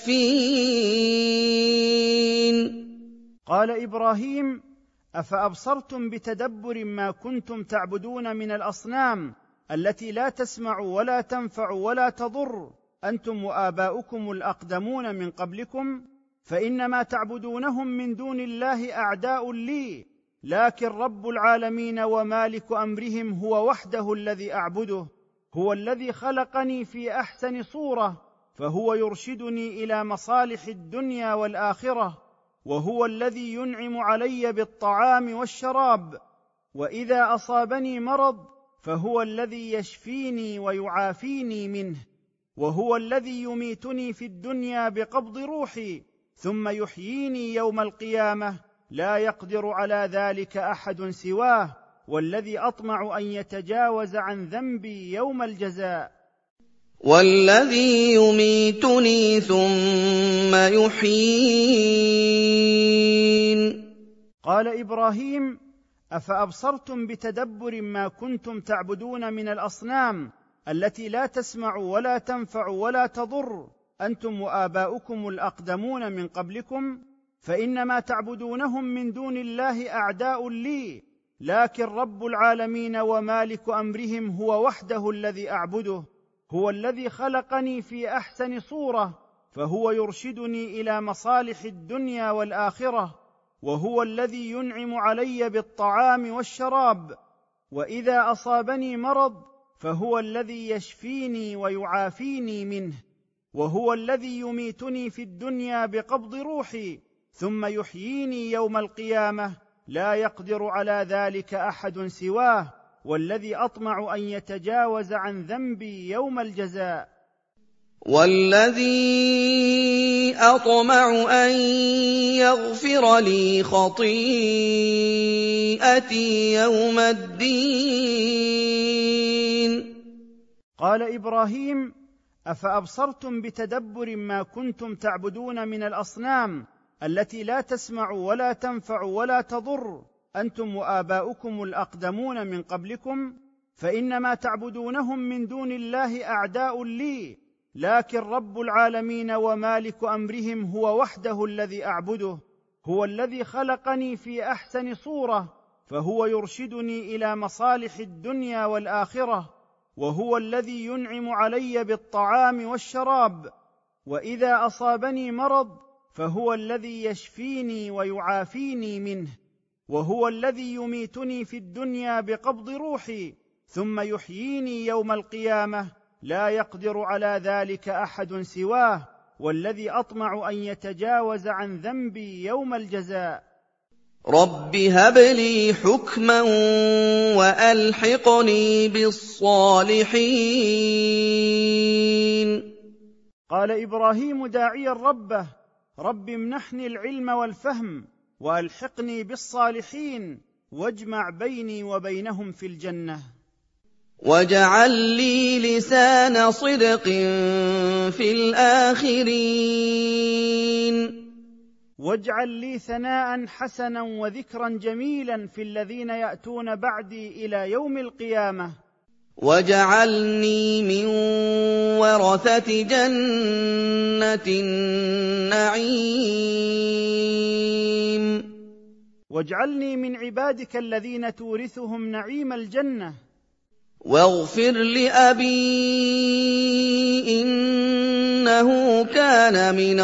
يشفين. قال إبراهيم: أفأبصرتم بتدبر ما كنتم تعبدون من الأصنام التي لا تسمع ولا تنفع ولا تضر، أنتم وآباؤكم الأقدمون من قبلكم، فإنما تعبدونهم من دون الله أعداء لي، لكن رب العالمين ومالك أمرهم هو وحده الذي أعبده، هو الذي خلقني في أحسن صورة، فهو يرشدني إلى مصالح الدنيا والآخرة، وهو الذي ينعم علي بالطعام والشراب. وإذا أصابني مرض فهو الذي يشفيني ويعافيني منه، وهو الذي يميتني في الدنيا بقبض روحي ثم يحييني يوم القيامة، لا يقدر على ذلك أحد سواه، والذي أطمع أن يتجاوز عن ذنبي يوم الجزاء. والذي يميتني ثم يحيين. قال إبراهيم: أفأبصرتم بتدبر ما كنتم تعبدون من الأصنام التي لا تسمع ولا تنفع ولا تضر، أنتم وآباؤكم الأقدمون من قبلكم، فإنما تعبدونهم من دون الله أعداء لي، لكن رب العالمين ومالك أمرهم هو وحده الذي أعبده، هو الذي خلقني في أحسن صورة، فهو يرشدني إلى مصالح الدنيا والآخرة، وهو الذي ينعم علي بالطعام والشراب. وإذا أصابني مرض فهو الذي يشفيني ويعافيني منه، وهو الذي يميتني في الدنيا بقبض روحي ثم يحييني يوم القيامة، لا يقدر على ذلك أحد سواه، والذي أطمع أن يتجاوز عن ذنبي يوم الجزاء. والذي أطمع أن يغفر لي خطيئتي يوم الدين. قال إبراهيم: أفأبصرتم بتدبر ما كنتم تعبدون من الأصنام التي لا تسمع ولا تنفع ولا تضر، أنتم وآباؤكم الأقدمون من قبلكم، فإنما تعبدونهم من دون الله أعداء لي، لكن رب العالمين ومالك أمرهم هو وحده الذي أعبده، هو الذي خلقني في أحسن صورة، فهو يرشدني إلى مصالح الدنيا والآخرة، وهو الذي ينعم علي بالطعام والشراب. وإذا أصابني مرض فهو الذي يشفيني ويعافيني منه، وهو الذي يميتني في الدنيا بقبض روحي ثم يحييني يوم القيامة، لا يقدر على ذلك أحد سواه، والذي أطمع أن يتجاوز عن ذنبي يوم الجزاء. رب هب لي حكما وألحقني بالصالحين. قال إبراهيم داعيا ربه: رب امنحني العلم والفهم وألحقني بالصالحين، واجمع بيني وبينهم في الجنة. واجعل لي لسان صدق في الآخرين. واجعل لي ثناء حسنا وذكرا جميلا في الذين يأتون بعدي إلى يوم القيامة. واجعلني من ورثة جنة النعيم. واجعلني من عبادك الذين تورثهم نعيم الجنة. واغفر لأبي إنه كان من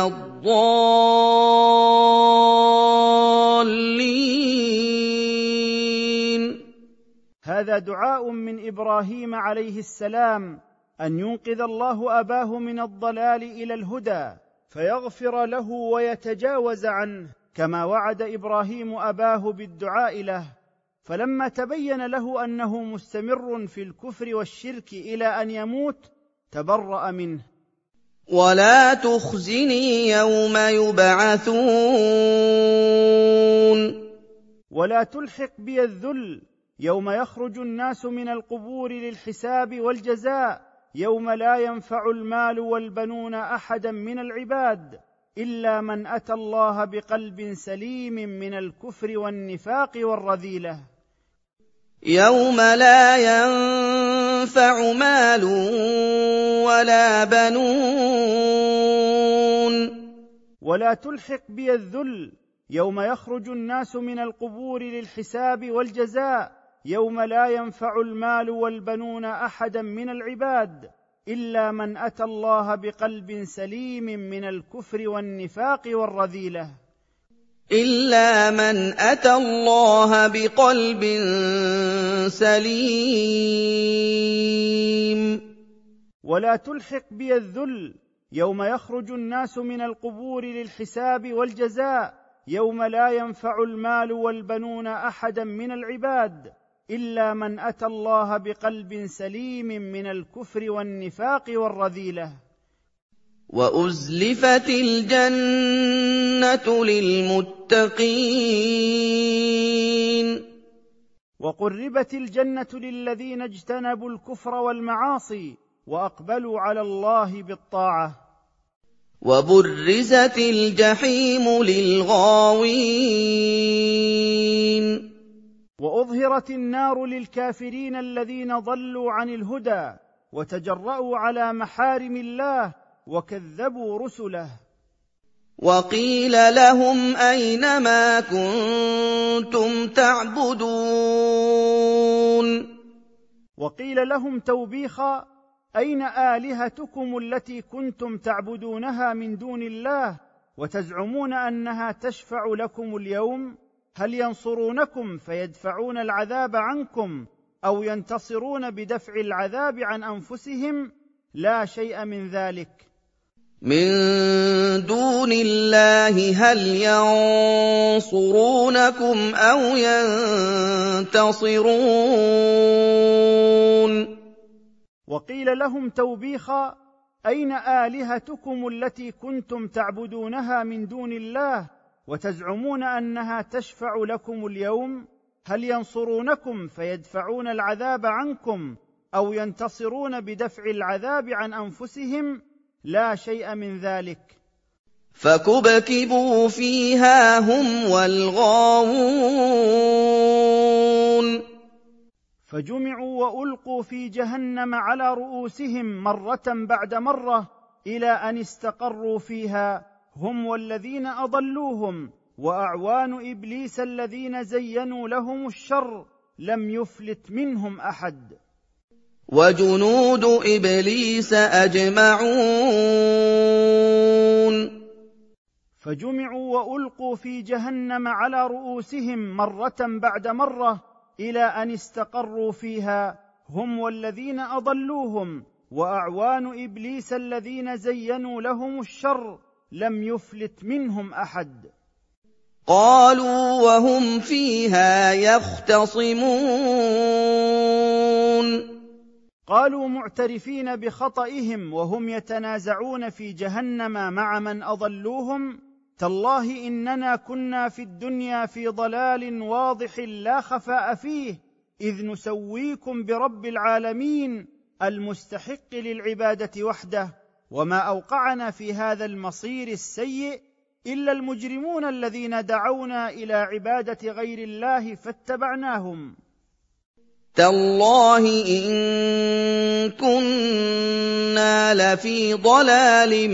الضالين. هذا دعاء من إبراهيم عليه السلام أن ينقذ الله أباه من الضلال إلى الهدى، فيغفر له ويتجاوز عنه، كما وعد إبراهيم أباه بالدعاء له، فلما تبين له أنه مستمر في الكفر والشرك إلى أن يموت تبرأ منه. ولا تخزني يوم يبعثون. ولا تلحق بي الذل يوم يخرج الناس من القبور للحساب والجزاء يوم لا ينفع المال والبنون أحدا من العباد إلا من أتى الله بقلب سليم من الكفر والنفاق والرذيلة. يوم لا ينفع مال ولا بنون. ولا تلحق بي الذل يوم يخرج الناس من القبور للحساب والجزاء يوم لا ينفع المال والبنون أحدا من العباد إلا من أتى الله بقلب سليم من الكفر والنفاق والرذيلة. إلا من أتى الله بقلب سليم. ولا تلحق بي الذل يوم يخرج الناس من القبور للحساب والجزاء يوم لا ينفع المال والبنون أحدا من العباد إلا من أتى الله بقلب سليم من الكفر والنفاق والرذيلة. وأزلفت الجنة للمتقين. وقربت الجنة للذين اجتنبوا الكفر والمعاصي وأقبلوا على الله بالطاعة. وبرزت الجحيم للغاوين. وأظهرت النار للكافرين الذين ضلوا عن الهدى وتجرأوا على محارم الله وكذبوا رسله. وقيل لهم أين ما كنتم تعبدون. وقيل لهم توبيخا أين آلهتكم التي كنتم تعبدونها من دون الله وتزعمون أنها تشفع لكم اليوم؟ هل ينصرونكم فيدفعون العذاب عنكم أو ينتصرون بدفع العذاب عن أنفسهم؟ لا شيء من ذلك. من دون الله هل ينصرونكم أو ينتصرون. وقيل لهم توبيخا أين آلهتكم التي كنتم تعبدونها من دون الله وتزعمون أنها تشفع لكم اليوم؟ هل ينصرونكم فيدفعون العذاب عنكم أو ينتصرون بدفع العذاب عن أنفسهم؟ لا شيء من ذلك. فكبكبوا فيها هم والغاوون. فجمعوا وألقوا في جهنم على رؤوسهم مرة بعد مرة إلى أن استقروا فيها هم والذين أضلوهم وأعوان إبليس الذين زينوا لهم الشر لم يفلت منهم أحد. وجنود إبليس أجمعون. فجمعوا وألقوا في جهنم على رؤوسهم مرة بعد مرة إلى أن استقروا فيها هم والذين أضلوهم وأعوان إبليس الذين زينوا لهم الشر لم يفلت منهم أحد. قالوا وهم فيها يختصمون. قالوا معترفين بخطئهم وهم يتنازعون في جهنم مع من أضلوهم: تالله إننا كنا في الدنيا في ضلال واضح لا خفاء فيه، إذ نسويكم برب العالمين المستحق للعبادة وحده، وما أوقعنا في هذا المصير السيء إلا المجرمون الذين دعونا إلى عبادة غير الله فاتبعناهم. تالله إن كنا لفي ضلال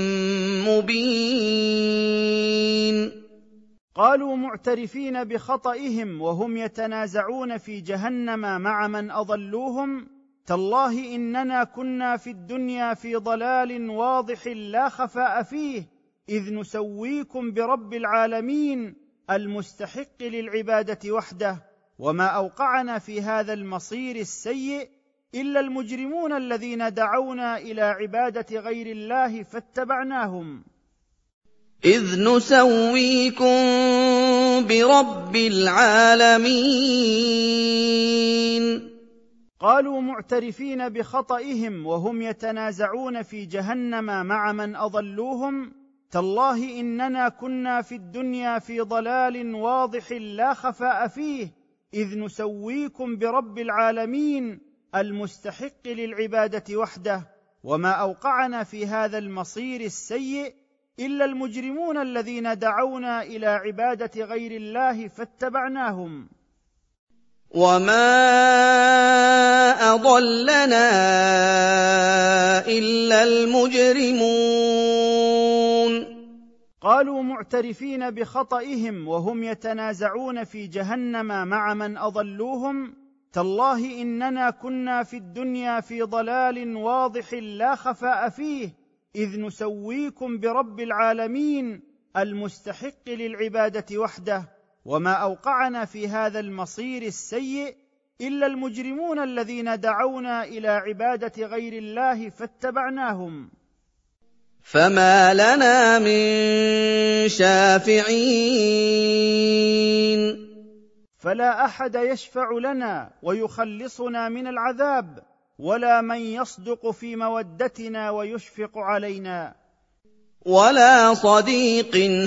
مبين. قالوا معترفين بخطئهم وهم يتنازعون في جهنم مع من أضلوهم: تالله إننا كنا في الدنيا في ضلال واضح لا خفاء فيه، إذ نسويكم برب العالمين المستحق للعبادة وحده، وما أوقعنا في هذا المصير السيء إلا المجرمون الذين دعونا إلى عبادة غير الله فاتبعناهم. إذ نسويكم برب العالمين. قالوا معترفين بخطئهم وهم يتنازعون في جهنم مع من أضلوهم: تالله إننا كنا في الدنيا في ضلال واضح لا خفاء فيه، إذ نسويكم برب العالمين المستحق للعبادة وحده، وما أوقعنا في هذا المصير السيء إلا المجرمون الذين دعونا إلى عبادة غير الله فاتبعناهم. وما أضلنا إلا المجرمون. قالوا معترفين بخطئهم وهم يتنازعون في جهنم مع من أضلوهم: تالله إننا كنا في الدنيا في ضلال واضح لا خفاء فيه، إذ نسويكم برب العالمين المستحق للعبادة وحده، وما أوقعنا في هذا المصير السيء إلا المجرمون الذين دعونا إلى عبادة غير الله فاتبعناهم. فما لنا من شافعين. فلا أحد يشفع لنا ويخلصنا من العذاب، ولا من يصدق في مودتنا ويشفق علينا. ولا صديق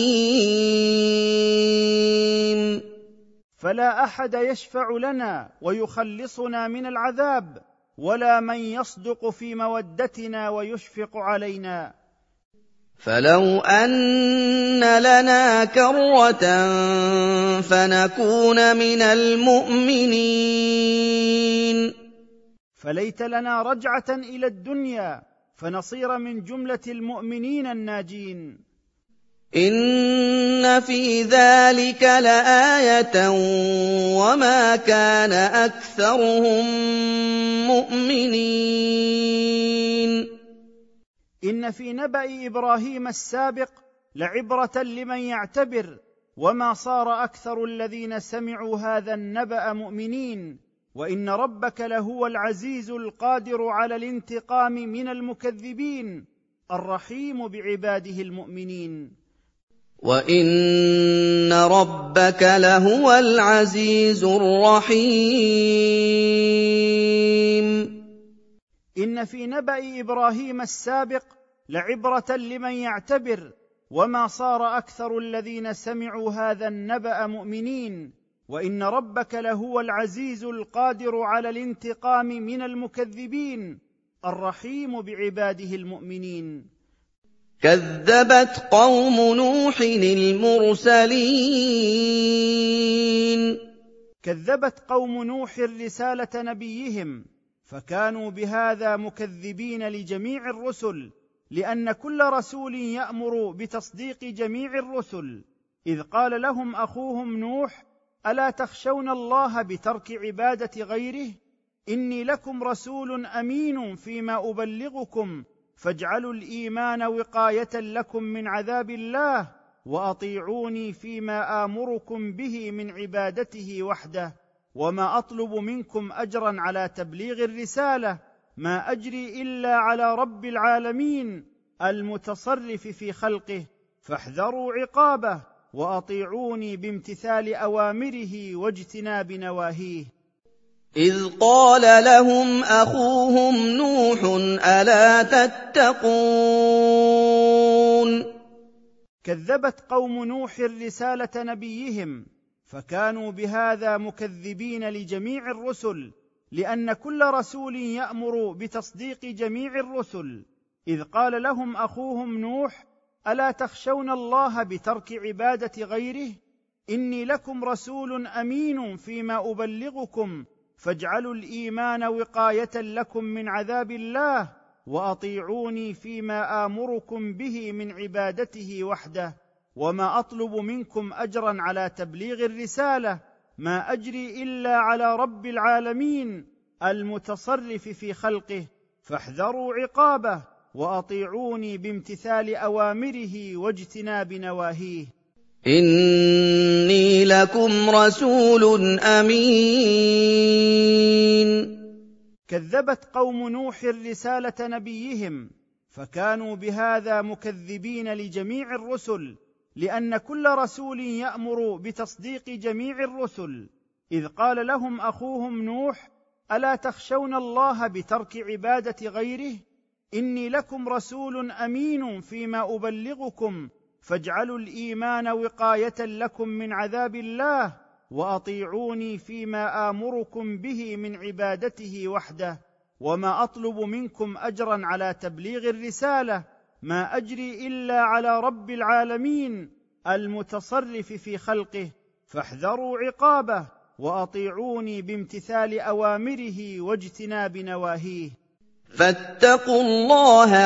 حميم. فلا أحد يشفع لنا ويخلصنا من العذاب، ولا من يصدق في مودتنا ويشفق علينا. فلو أن لنا كرة فنكون من المؤمنين. فليت لنا رجعة إلى الدنيا فنصير من جملة المؤمنين الناجين. إن في ذلك لآية وما كان أكثرهم مؤمنين. إن في نبأ إبراهيم السابق لعبرة لمن يعتبر، وما صار أكثر الذين سمعوا هذا النبأ مؤمنين، وإن ربك لهو العزيز القادر على الانتقام من المكذبين الرحيم بعباده المؤمنين. وإن ربك لهو العزيز الرحيم. إن في نبأ إبراهيم السابق لعبرة لمن يعتبر، وما صار أكثر الذين سمعوا هذا النبأ مؤمنين، وإن ربك لهو العزيز القادر على الانتقام من المكذبين الرحيم بعباده المؤمنين. كذبت قوم نوح المرسلين. كذبت قوم نوح رسالة نبيهم، فكانوا بهذا مكذبين لجميع الرسل، لأن كل رسول يأمر بتصديق جميع الرسل، إذ قال لهم أخوهم نوح: ألا تخشون الله بترك عبادة غيره؟ إني لكم رسول أمين فيما أبلغكم، فاجعلوا الإيمان وقاية لكم من عذاب الله، وأطيعوني فيما آمركم به من عبادته وحده، وما أطلب منكم أجرا على تبليغ الرسالة، ما أجري إلا على رب العالمين المتصرف في خلقه، فاحذروا عقابه، وأطيعوني بامتثال أوامره واجتناب نواهيه. إذ قال لهم أخوهم نوح ألا تتقون. كذبت قوم نوح رسالة نبيهم، فكانوا بهذا مكذبين لجميع الرسل، لأن كل رسول يأمر بتصديق جميع الرسل، إذ قال لهم أخوهم نوح: ألا تخشون الله بترك عبادة غيره؟ إني لكم رسول أمين فيما أبلغكم، فاجعلوا الإيمان وقاية لكم من عذاب الله، وأطيعوني فيما آمركم به من عبادته وحده، وما أطلب منكم أجرا على تبليغ الرسالة، ما أجري إلا على رب العالمين المتصرف في خلقه، فاحذروا عقابه، وأطيعوني بامتثال أوامره واجتناب نواهيه. إني لكم رسول أمين. كذبت قوم نوح رسالة نبيهم، فكانوا بهذا مكذبين لجميع الرسل، لأن كل رسول يأمر بتصديق جميع الرسل، إذ قال لهم أخوهم نوح: ألا تخشون الله بترك عبادة غيره؟ إني لكم رسول أمين فيما أبلغكم، فاجعلوا الإيمان وقاية لكم من عذاب الله، واطيعوني فيما امركم به من عبادته وحده، وما اطلب منكم اجرا على تبليغ الرساله، ما اجري الا على رب العالمين المتصرف في خلقه، فاحذروا عقابه واطيعوني بامتثال اوامره واجتناب نواهيه. فاتقوا الله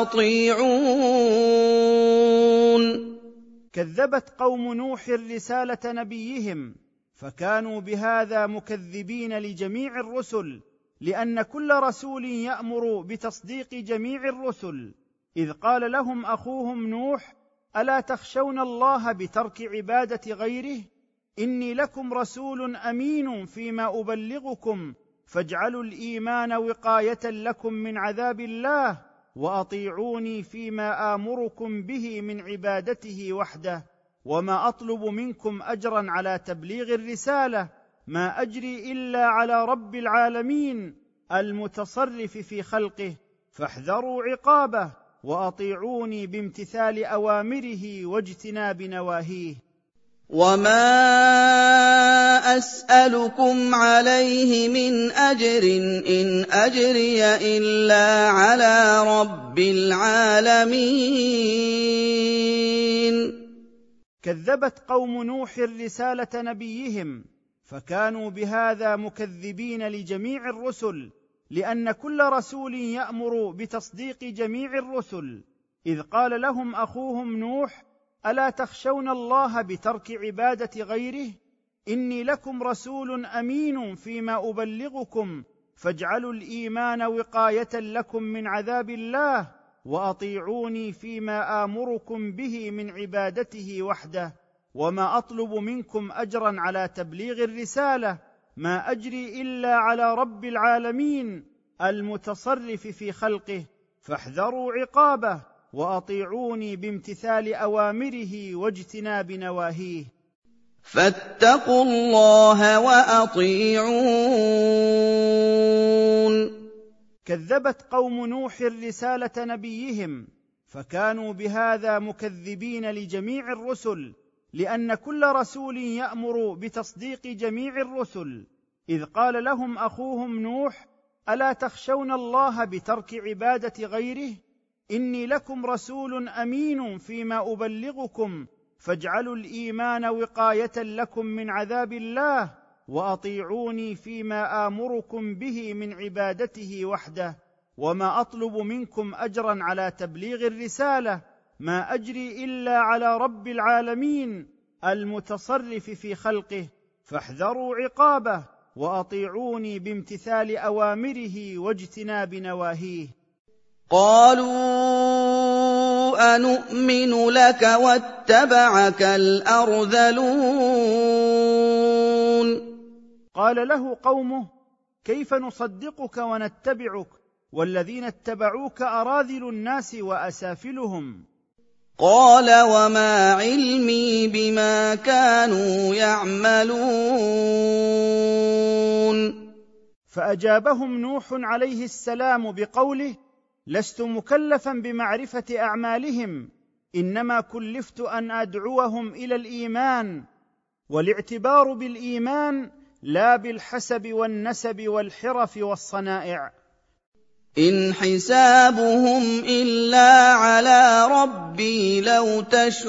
وأطيعون. كذبت قوم نوح رسالة نبيهم، فكانوا بهذا مكذبين لجميع الرسل، لأن كل رسول يأمر بتصديق جميع الرسل، إذ قال لهم أخوهم نوح: ألا تخشون الله بترك عبادة غيره؟ إني لكم رسول أمين فيما أبلغكم، فاجعلوا الإيمان وقاية لكم من عذاب الله، وأطيعوني فيما آمركم به من عبادته وحده، وما أطلب منكم أجرا على تبليغ الرسالة، ما أجري إلا على رب العالمين المتصرف في خلقه، فاحذروا عقابه وأطيعوني بامتثال أوامره واجتناب نواهيه. وما أسألكم عليه من أجر إن أجري إلا على رب العالمين. كذبت قوم نوح رسالة نبيهم، فكانوا بهذا مكذبين لجميع الرسل، لأن كل رسول يأمر بتصديق جميع الرسل، إذ قال لهم أخوهم نوح: ألا تخشون الله بترك عبادة غيره؟ إني لكم رسول أمين فيما أبلغكم، فاجعلوا الإيمان وقاية لكم من عذاب الله، وأطيعوني فيما آمركم به من عبادته وحده، وما أطلب منكم أجرا على تبليغ الرسالة، ما أجري إلا على رب العالمين المتصرف في خلقه، فاحذروا عقابه وأطيعوني بامتثال أوامره واجتناب نواهيه. فاتقوا الله وأطيعون. كذبت قوم نوح رسالة نبيهم، فكانوا بهذا مكذبين لجميع الرسل، لأن كل رسول يأمر بتصديق جميع الرسل، إذ قال لهم أخوهم نوح: ألا تخشون الله بترك عبادة غيره؟ إني لكم رسول أمين فيما أبلغكم، فاجعلوا الإيمان وقاية لكم من عذاب الله، وأطيعوني فيما آمركم به من عبادته وحده، وما أطلب منكم أجرا على تبليغ الرسالة، ما أجري إلا على رب العالمين المتصرف في خلقه، فاحذروا عقابه وأطيعوني بامتثال أوامره واجتناب نواهيه. قالوا أنؤمن لك واتبعك الأرذلون. قال له قومه: كيف نصدقك ونتبعك والذين اتبعوك أراذل الناس وأسافلهم؟ قال وما علمي بما كانوا يعملون. فأجابهم نوح عليه السلام بقوله: لست مكلفا بمعرفة أعمالهم، إنما كلفت أن أدعوهم إلى الإيمان، والاعتبار بالإيمان لا بالحسب والنسب والحرف والصنائع. إن حسابهم إلا على ربي لو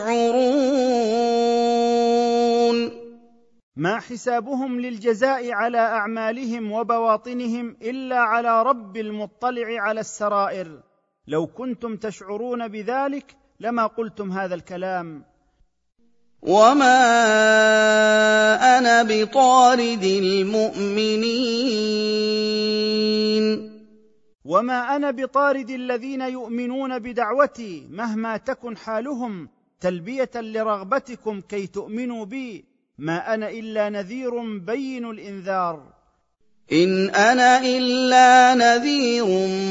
تشعرون. ما حسابهم للجزاء على أعمالهم وبواطنهم إلا على رب المطلع على السرائر، لو كنتم تشعرون بذلك لما قلتم هذا الكلام. وما أنا بطارد المؤمنين. وما أنا بطارد الذين يؤمنون بدعوتي مهما تكن حالهم، تلبية لرغبتكم كي تؤمنوا بي، ما أنا إلا نذير بين الإنذار. إن أنا إلا نذير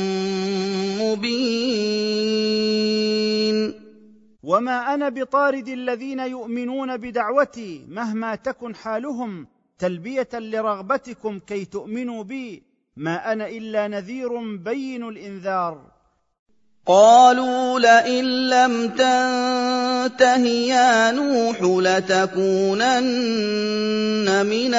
مبين. وما أنا بطارد الذين يؤمنون بدعوتي مهما تكن حالهم، تلبية لرغبتكم كي تؤمنوا بي، ما أنا إلا نذير بين الإنذار. قَالُوا لَئِن لَّمْ تَنتَهِ يَا نُوحُ لَتَكُونَنَّ مِنَ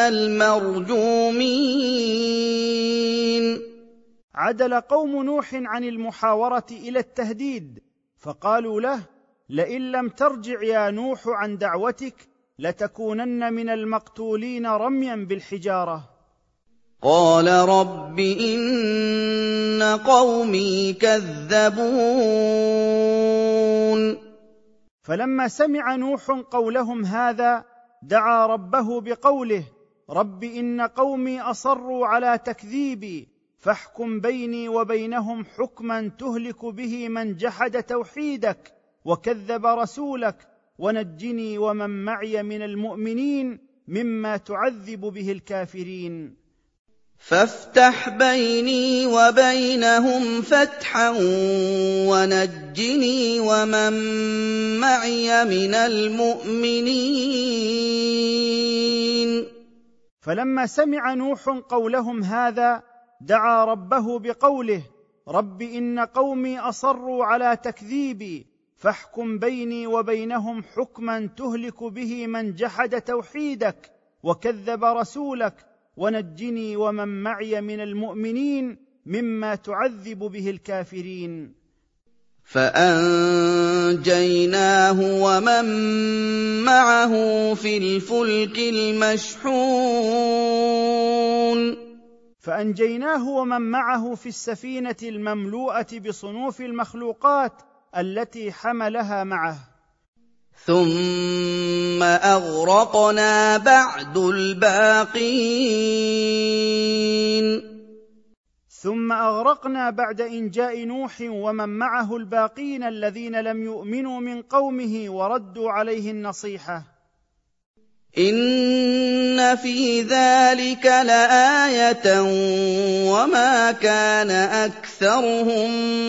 الْمَرْجُومِينَ. عدل قوم نوح عن المحاورة إلى التهديد، فقالوا له: لئن لم ترجع يا نوح عن دعوتك لتكونن من المقتولين رميا بالحجارة. قَالَ رَبِّ إِنَّ قَوْمِي كَذَّبُونِ. فلما سمع نوح قولهم هذا دعا ربه بقوله: رب إن قومي أصروا على تكذيبي فاحكم بيني وبينهم حكما تهلك به من جحد توحيدك وكذب رسولك ونجني ومن معي من المؤمنين مما تعذب به الكافرين. فافتح بيني وبينهم فتحا ونجني ومن معي من المؤمنين. فلما سمع نوح قولهم هذا دعا ربه بقوله: رب إن قومي أصروا على تكذيبي فاحكم بيني وبينهم حكما تهلك به من جحد توحيدك وكذب رسولك ونجني ومن معي من المؤمنين مما تعذب به الكافرين. فأنجيناه ومن معه في الفلك المشحون. فأنجيناه ومن معه في السفينة المملوءة بصنوف المخلوقات التي حملها معه. ثم أغرقنا بعد الباقين. ثم أغرقنا بعد إنجاء نوح ومن معه الباقين الذين لم يؤمنوا من قومه وردوا عليه النصيحة. إن في ذلك لآية وما كان أكثرهم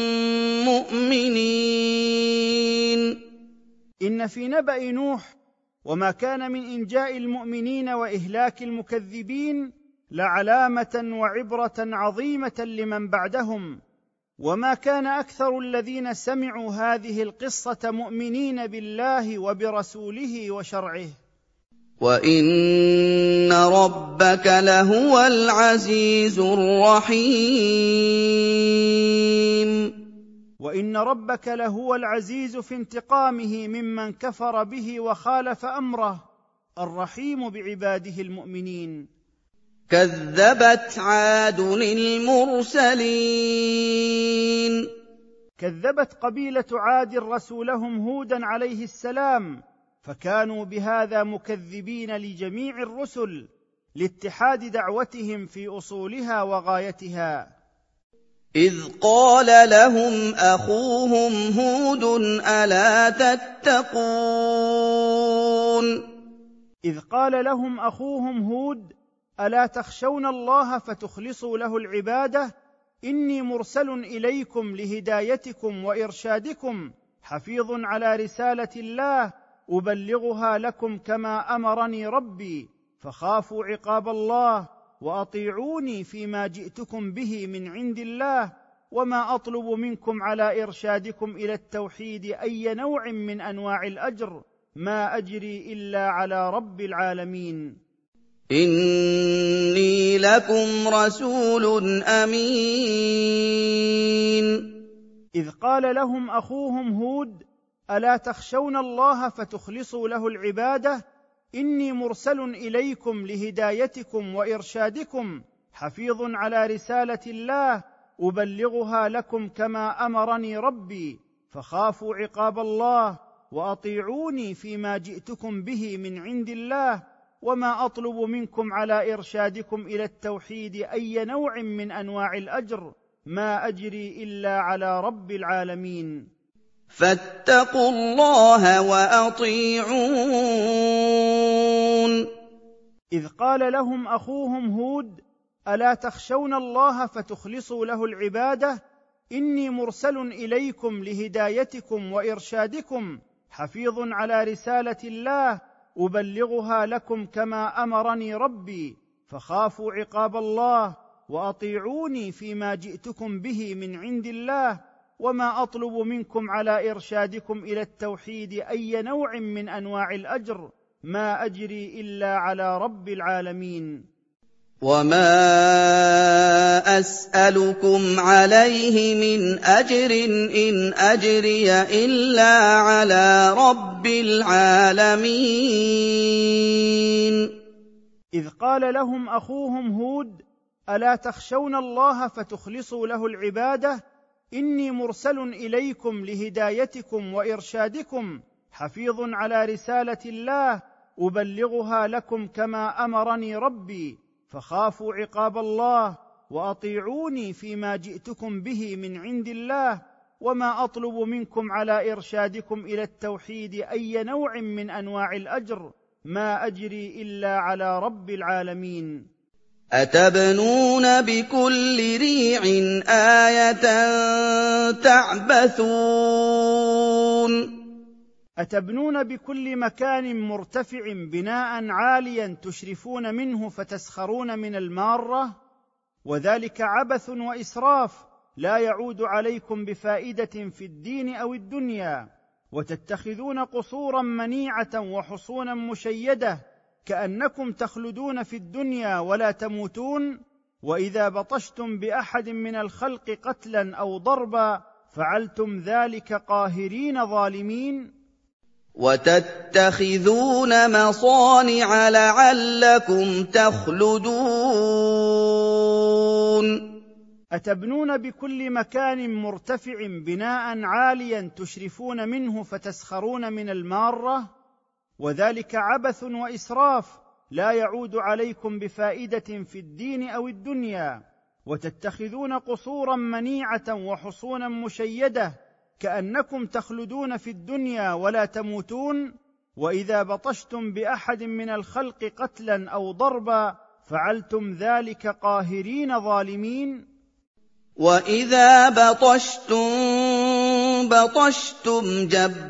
مؤمنين. إن في نبأ نوح وما كان من إنجاء المؤمنين وإهلاك المكذبين لعلامة وعبرة عظيمة لمن بعدهم، وما كان أكثر الذين سمعوا هذه القصة مؤمنين بالله وبرسوله وشرعه. وَإِنَّ رَبَّكَ لَهُوَ الْعَزِيزُ الرَّحِيمُ. وإن ربك لهو العزيز في انتقامه ممن كفر به وخالف أمره، الرحيم بعباده المؤمنين. كذبت عاد المرسلين. كذبت قبيلة عاد رسولهم هودا عليه السلام، فكانوا بهذا مكذبين لجميع الرسل لاتحاد دعوتهم في أصولها وغايتها. إذ قال لهم أخوهم هود ألا تتقون. إذ قال لهم أخوهم هود ألا تخشون الله فتخلصوا له العبادة إني مرسل إليكم لهدايتكم وإرشادكم حفيظ على رسالة الله أبلغها لكم كما أمرني ربي فخافوا عقاب الله وأطيعوني فيما جئتكم به من عند الله وما أطلب منكم على إرشادكم إلى التوحيد أي نوع من أنواع الأجر ما أجري إلا على رب العالمين. إني لكم رسول أمين. إذ قال لهم أخوهم هود ألا تخشون الله فتخلصوا له العبادة إني مرسل إليكم لهدايتكم وإرشادكم حفيظ على رسالة الله أبلغها لكم كما أمرني ربي فخافوا عقاب الله وأطيعوني فيما جئتكم به من عند الله وما أطلب منكم على إرشادكم إلى التوحيد أي نوع من أنواع الأجر ما أجري إلا على رب العالمين. فاتقوا الله وأطيعون. إذ قال لهم أخوهم هود ألا تخشون الله فتخلصوا له العبادة إني مرسل إليكم لهدايتكم وإرشادكم حفيظ على رسالة الله أبلغها لكم كما أمرني ربي فخافوا عقاب الله وأطيعوني فيما جئتكم به من عند الله وما أطلب منكم على إرشادكم إلى التوحيد أي نوع من أنواع الأجر، ما أجري إلا على رب العالمين. وما أسألكم عليه من أجر إن أجري إلا على رب العالمين. إذ قال لهم أخوهم هود: ألا تخشون الله فتخلصوا له العبادة؟ إني مرسل إليكم لهدايتكم وإرشادكم، حفيظ على رسالة الله أبلغها لكم كما أمرني ربي، فخافوا عقاب الله وأطيعوني فيما جئتكم به من عند الله، وما أطلب منكم على إرشادكم إلى التوحيد أي نوع من أنواع الأجر، ما أجري إلا على رب العالمين. أتبنون بكل ريع آية تعبثون. أتبنون بكل مكان مرتفع بناء عاليا تشرفون منه فتسخرون من المارة، وذلك عبث وإسراف لا يعود عليكم بفائدة في الدين أو الدنيا، وتتخذون قصورا منيعة وحصونا مشيدة كأنكم تخلدون في الدنيا ولا تموتون، وإذا بطشتم بأحد من الخلق قتلا أو ضربا فعلتم ذلك قاهرين ظالمين. وتتخذون مصانع لعلكم تخلدون. أتبنون بكل مكان مرتفع بناء عاليا تشرفون منه فتسخرون من المارة، وذلك عبث وإسراف لا يعود عليكم بفائدة في الدين أو الدنيا، وتتخذون قصورا منيعة وحصونا مشيدة كأنكم تخلدون في الدنيا ولا تموتون، وإذا بطشتم بأحد من الخلق قتلا أو ضربا فعلتم ذلك قاهرين ظالمين. وإذا بطشتم بطشتم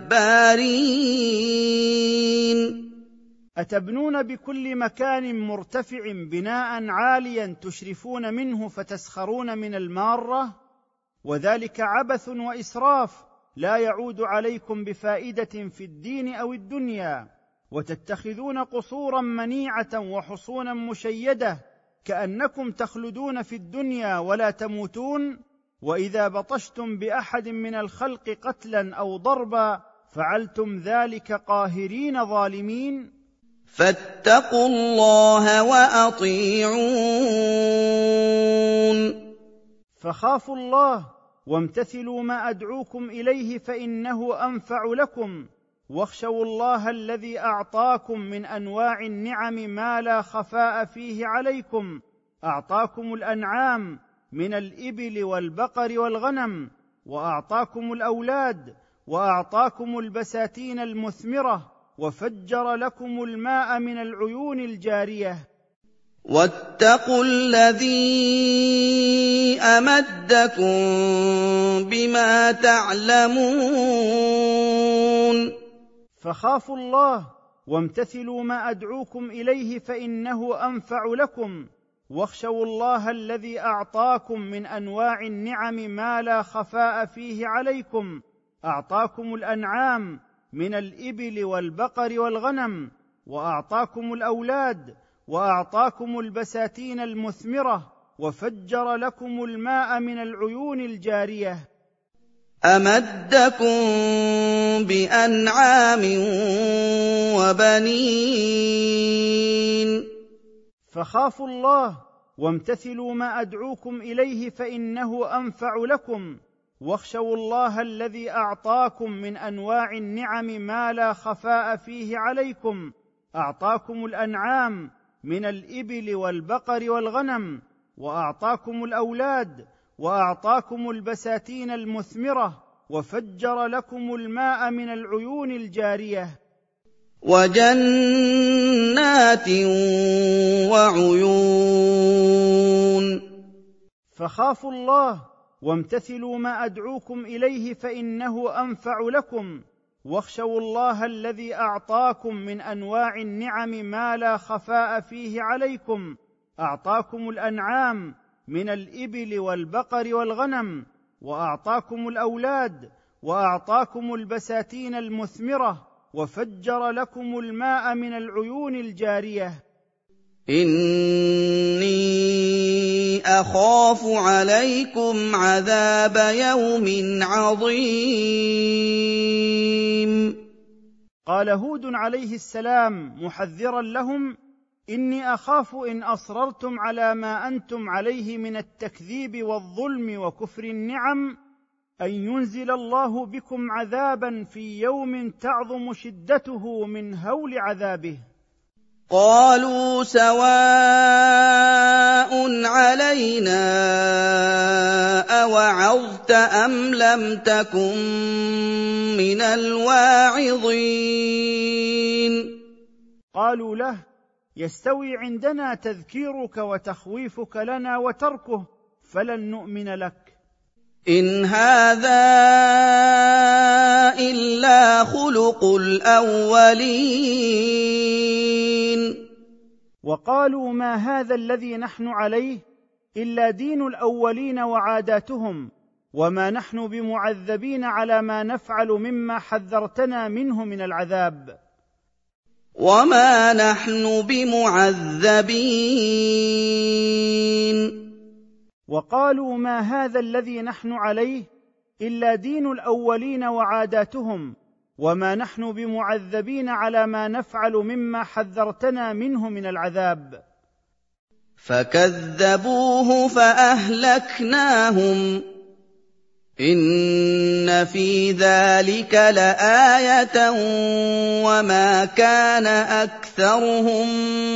جبارين. أتبنون بكل مكان مرتفع بناء عاليا تشرفون منه فتسخرون من المارة، وذلك عبث وإسراف لا يعود عليكم بفائدة في الدين أو الدنيا، وتتخذون قصورا منيعة وحصونا مشيدة كأنكم تخلدون في الدنيا ولا تموتون، وإذا بطشتم بأحد من الخلق قتلا أو ضربا فعلتم ذلك قاهرين ظالمين. فاتقوا الله وأطيعون. فخافوا الله وامتثلوا ما أدعوكم إليه فإنه أنفع لكم، واخشوا الله الذي أعطاكم من أنواع النعم ما لا خفاء فيه عليكم، أعطاكم الأنعام من الإبل والبقر والغنم، وأعطاكم الأولاد، وأعطاكم البساتين المثمرة، وفجر لكم الماء من العيون الجارية. واتقوا الذي أمدكم بما تعلمون. فخافوا الله وامتثلوا ما أدعوكم إليه فإنه أنفع لكم، واخشوا الله الذي أعطاكم من أنواع النعم ما لا خفاء فيه عليكم، أعطاكم الأنعام من الإبل والبقر والغنم، وأعطاكم الأولاد، وأعطاكم البساتين المثمرة، وفجر لكم الماء من العيون الجارية. أمدكم بأنعام وبنين. فخافوا الله وامتثلوا ما أدعوكم إليه فإنه أنفع لكم، واخشوا الله الذي أعطاكم من أنواع النعم ما لا خفاء فيه عليكم، أعطاكم الأنعام من الإبل والبقر والغنم، وأعطاكم الأولاد، وأعطاكم البساتين المثمرة، وفجر لكم الماء من العيون الجارية. وجنات وعيون. فخافوا الله وامتثلوا ما أدعوكم إليه فإنه أنفع لكم، واخشوا الله الذي أعطاكم من أنواع النعم ما لا خفاء فيه عليكم، أعطاكم الأنعام من الإبل والبقر والغنم، واعطاكم الاولاد واعطاكم البساتين المثمره وفجر لكم الماء من العيون الجاريه. إني أخاف عليكم عذاب يوم عظيم. قال هود عليه السلام محذرا لهم: إني أخاف إن أصررتم على ما أنتم عليه من التكذيب والظلم وكفر النعم أن ينزل الله بكم عذابا في يوم تعظم شدته من هول عذابه. قالوا سواء علينا أوعظت أم لم تكن من الواعظين. قالوا له: يستوي عندنا تذكيرك وتخويفك لنا وتركه، فلن نؤمن لك. إن هذا إلا خلق الأولين. وقالوا: ما هذا الذي نحن عليه إلا دين الأولين وعاداتهم، وما نحن بمعذبين على ما نفعل مما حذرتنا منه من العذاب. وما نحن بمعذبين. وقالوا: ما هذا الذي نحن عليه إلا دين الأولين وعاداتهم، وما نحن بمعذبين على ما نفعل مما حذرتنا منه من العذاب. فكذبوه فأهلكناهم. إن في ذلك لآية وما كان أكثرهم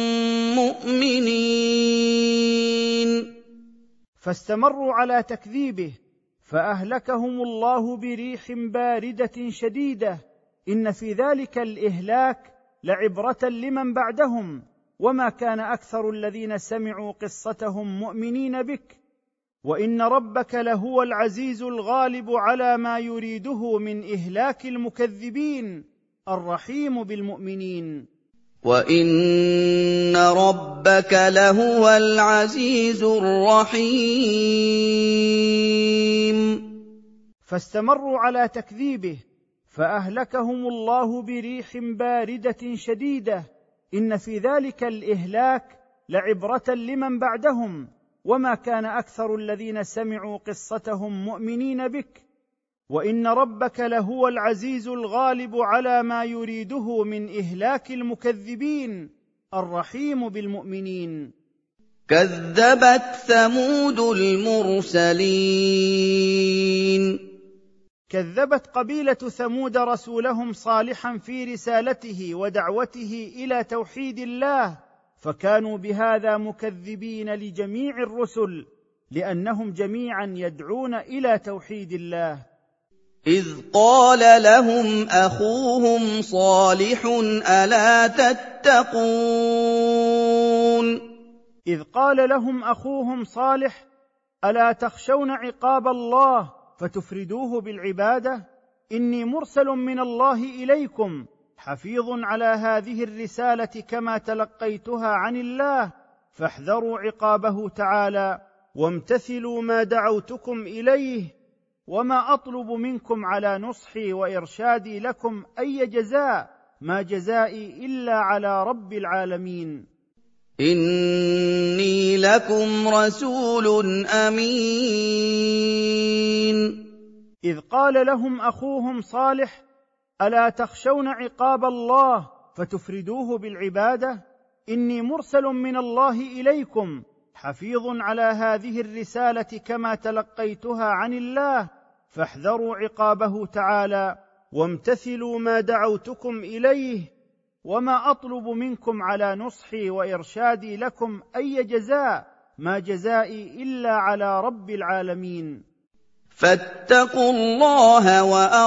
مؤمنين. فاستمروا على تكذيبه فأهلكهم الله بريح باردة شديدة. إن في ذلك الإهلاك لعبرة لمن بعدهم، وما كان أكثر الذين سمعوا قصتهم مؤمنين بك، وإن ربك لهو العزيز الغالب على ما يريده من إهلاك المكذبين الرحيم بالمؤمنين. وَإِنَّ رَبَّكَ لَهُوَ الْعَزِيزُ الرَّحِيمُ. فاستمروا على تكذيبه فأهلكهم الله بريح باردة شديدة. إن في ذلك الإهلاك لعبرة لمن بعدهم، وما كان أكثر الذين سمعوا قصتهم مؤمنين بك، وإن ربك لهو العزيز الغالب على ما يريده من إهلاك المكذبين الرحيم بالمؤمنين. كذبت ثمود المرسلين. كذبت قبيلة ثمود رسولهم صالحا في رسالته ودعوته إلى توحيد الله، فكانوا بهذا مكذبين لجميع الرسل، لأنهم جميعا يدعون إلى توحيد الله. إذ قال لهم أخوهم صالح ألا تتقون. إذ قال لهم أخوهم صالح: ألا تخشون عقاب الله فتفردوه بالعبادة؟ إني مرسل من الله إليكم حفيظ على هذه الرسالة كما تلقيتها عن الله، فاحذروا عقابه تعالى وامتثلوا ما دعوتكم إليه، وما أطلب منكم على نصحي وإرشادي لكم أي جزاء، ما جزائي إلا على رب العالمين. إني لكم رسول أمين. إذ قال لهم أخوهم صالح: ألا تخشون عقاب الله فتفردوه بالعبادة؟ إني مرسل من الله إليكم حفيظ على هذه الرسالة كما تلقيتها عن الله، فاحذروا عقابه تعالى وامتثلوا ما دعوتكم إليه، وما أطلب منكم على نصحي وإرشادي لكم أي جزاء، ما جزائي إلا على رب العالمين. فاتقوا الله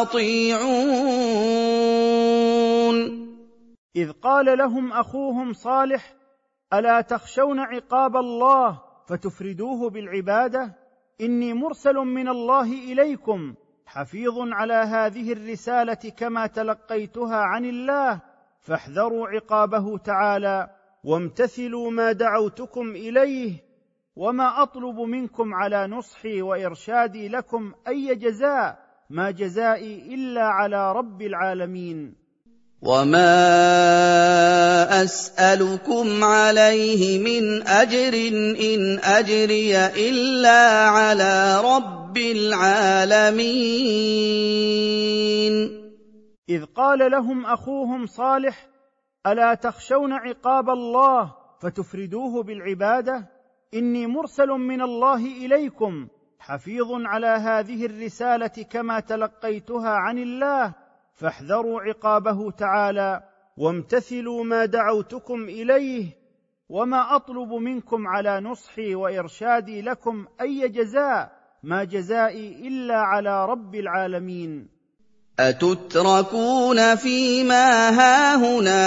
وأطيعون. إذ قال لهم أخوهم صالح: ألا تخشون عقاب الله فتفردوه بالعبادة؟ إني مرسل من الله إليكم حفيظ على هذه الرسالة كما تلقيتها عن الله، فاحذروا عقابه تعالى وامتثلوا ما دعوتكم إليه، وما أطلب منكم على نصحي وإرشادي لكم أي جزاء، ما جزائي إلا على رب العالمين. وما أسألكم عليه من أجر إن أجري إلا على رب العالمين. إذ قال لهم أخوهم صالح: ألا تخشون عقاب الله فتفردوه بالعبادة؟ إني مرسل من الله إليكم حفيظ على هذه الرسالة كما تلقيتها عن الله، فاحذروا عقابه تعالى وامتثلوا ما دعوتكم إليه. وما أطلب منكم على نصحي وإرشادي لكم أي جزاء، ما جزائي إلا على رب العالمين. أتتركون فيما هاهنا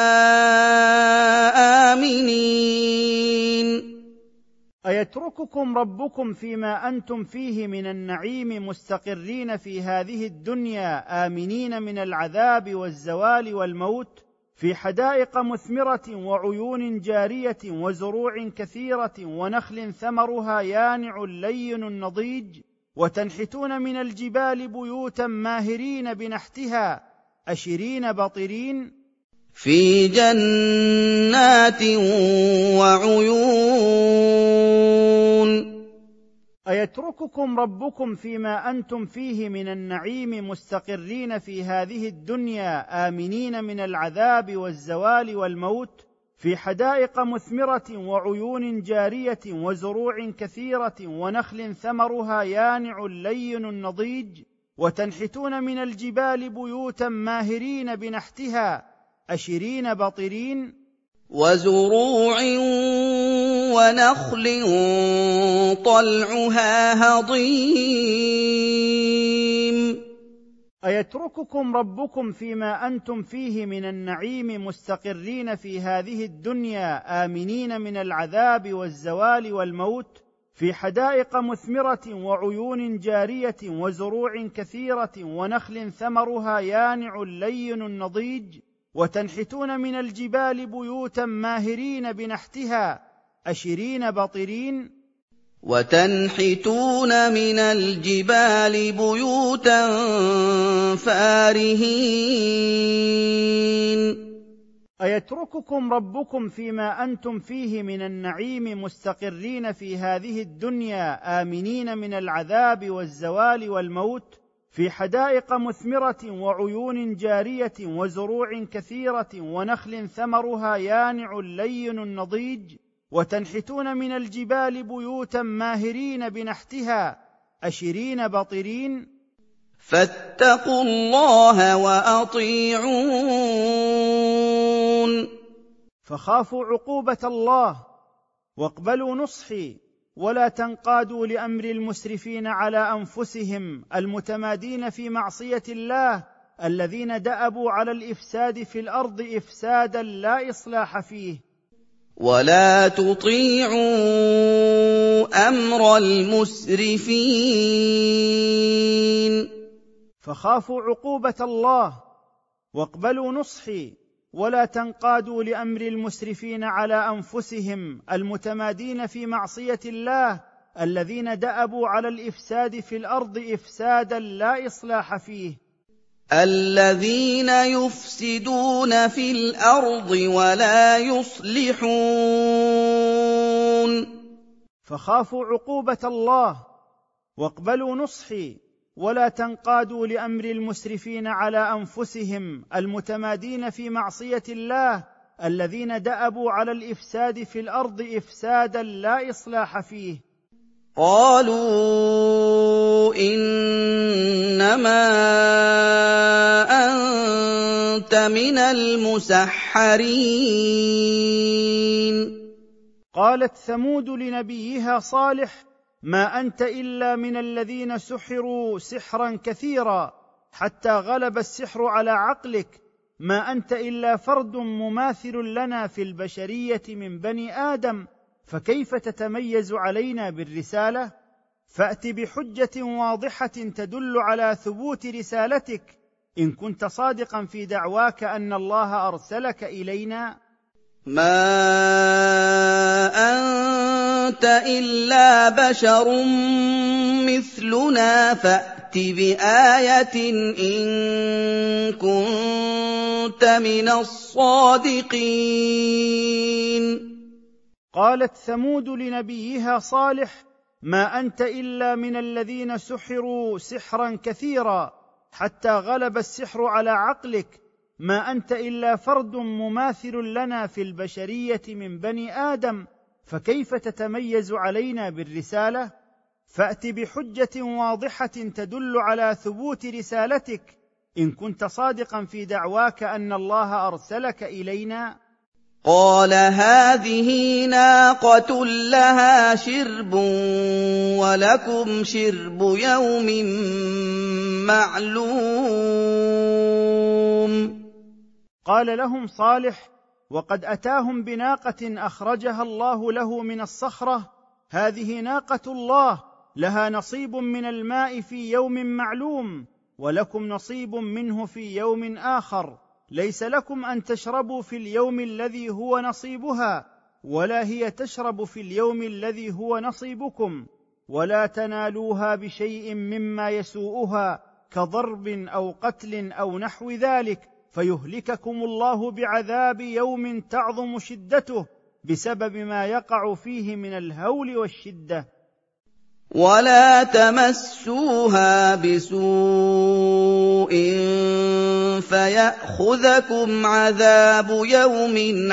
آمنين. أيترككم ربكم فيما أنتم فيه من النعيم مستقرين في هذه الدنيا آمنين من العذاب والزوال والموت، في حدائق مثمرة وعيون جارية وزروع كثيرة ونخل ثمرها يانع لين نضيج، وتنحتون من الجبال بيوتا ماهرين بنحتها أشرين بطرين، في جنات وعيون. أيترككم ربكم فيما أنتم فيه من النعيم مستقرين في هذه الدنيا آمنين من العذاب والزوال والموت، في حدائق مثمرة وعيون جارية وزروع كثيرة ونخل ثمرها يانع لين نضيج، وتنحتون من الجبال بيوتا ماهرين بنحتها أشرين بطرين، وزروع ونخل طلعها هضيم. أيترككم ربكم فيما أنتم فيه من النعيم مستقرين في هذه الدنيا آمنين من العذاب والزوال والموت، في حدائق مثمرة وعيون جارية وزروع كثيرة ونخل ثمرها يانع لين نضيج، وتنحتون من الجبال بيوتا ماهرين بنحتها أشرين بطرين، وتنحتون من الجبال بيوتا فارهين. أيترككم ربكم فيما أنتم فيه من النعيم مستقرين في هذه الدنيا آمنين من العذاب والزوال والموت، في حدائق مثمرة وعيون جارية وزروع كثيرة ونخل ثمرها يانع لين نضيج، وتنحتون من الجبال بيوتا ماهرين بنحتها أشرين بطرين، فاتقوا الله وأطيعون. فخافوا عقوبة الله واقبلوا نصحي، ولا تنقادوا لأمر المسرفين على أنفسهم المتمادين في معصية الله، الذين دأبوا على الإفساد في الأرض إفسادا لا إصلاح فيه. ولا تطيعوا أمر المسرفين. فخافوا عقوبة الله واقبلوا نصحي، ولا تنقادوا لأمر المسرفين على أنفسهم المتمادين في معصية الله، الذين دأبوا على الإفساد في الأرض إفسادا لا إصلاح فيه. الذين يفسدون في الأرض ولا يصلحون. فخافوا عقوبة الله واقبلوا نصحي، ولا تنقادوا لأمر المسرفين على أنفسهم المتمادين في معصية الله، الذين دأبوا على الإفساد في الأرض إفسادا لا إصلاح فيه. قالوا إنما أنت من المسحرين. قالت ثمود لنبيها صالح: ما أنت إلا من الذين سحروا سحرا كثيرا حتى غلب السحر على عقلك، ما أنت إلا فرد مماثل لنا في البشرية من بني آدم، فكيف تتميز علينا بالرسالة؟ فأت بحجة واضحة تدل على ثبوت رسالتك إن كنت صادقا في دعواك أن الله أرسلك إلينا. ما أنت إلا بشر مثلنا فأت بآية إن كنت من الصادقين. قالت ثمود لنبيها صالح: ما أنت إلا من الذين سحروا سحرا كثيرا حتى غلب السحر على عقلك، ما أنت إلا فرد مماثل لنا في البشرية من بني آدم، فكيف تتميز علينا بالرسالة؟ فأت بحجة واضحة تدل على ثبوت رسالتك إن كنت صادقا في دعواك أن الله أرسلك إلينا. قال هذه ناقة لها شرب ولكم شرب يوم معلوم. قال لهم صالح وقد أتاهم بناقة أخرجها الله له من الصخرة: هذه ناقة الله لها نصيب من الماء في يوم معلوم، ولكم نصيب منه في يوم آخر، ليس لكم أن تشربوا في اليوم الذي هو نصيبها، ولا هي تشرب في اليوم الذي هو نصيبكم، ولا تنالوها بشيء مما يسوءها كضرب أو قتل أو نحو ذلك، فيهلككم الله بعذاب يوم تعظم شدته بسبب ما يقع فيه من الهول والشدة. ولا تمسوها بسوء فيأخذكم عذاب يوم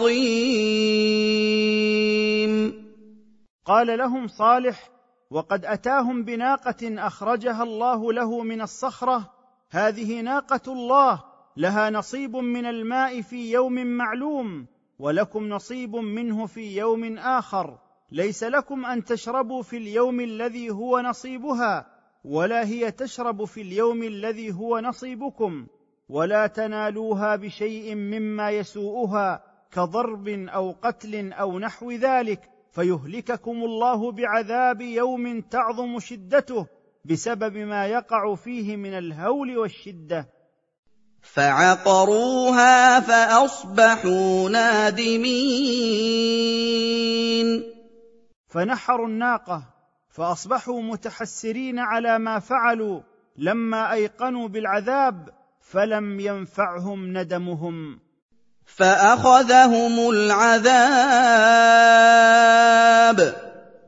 عظيم. قال لهم صالح وقد أتاهم بناقة أخرجها الله له من الصخرة: هذه ناقة الله لها نصيب من الماء في يوم معلوم، ولكم نصيب منه في يوم آخر، ليس لكم أن تشربوا في اليوم الذي هو نصيبها، ولا هي تشرب في اليوم الذي هو نصيبكم، ولا تنالوها بشيء مما يسوءها كضرب أو قتل أو نحو ذلك، فيهلككم الله بعذاب يوم تعظم شدته بسبب ما يقع فيه من الهول والشدة. فعقروها فأصبحوا نادمين. فنحروا الناقة فأصبحوا متحسرين على ما فعلوا لما أيقنوا بالعذاب، فلم ينفعهم ندمهم. فأخذهم العذاب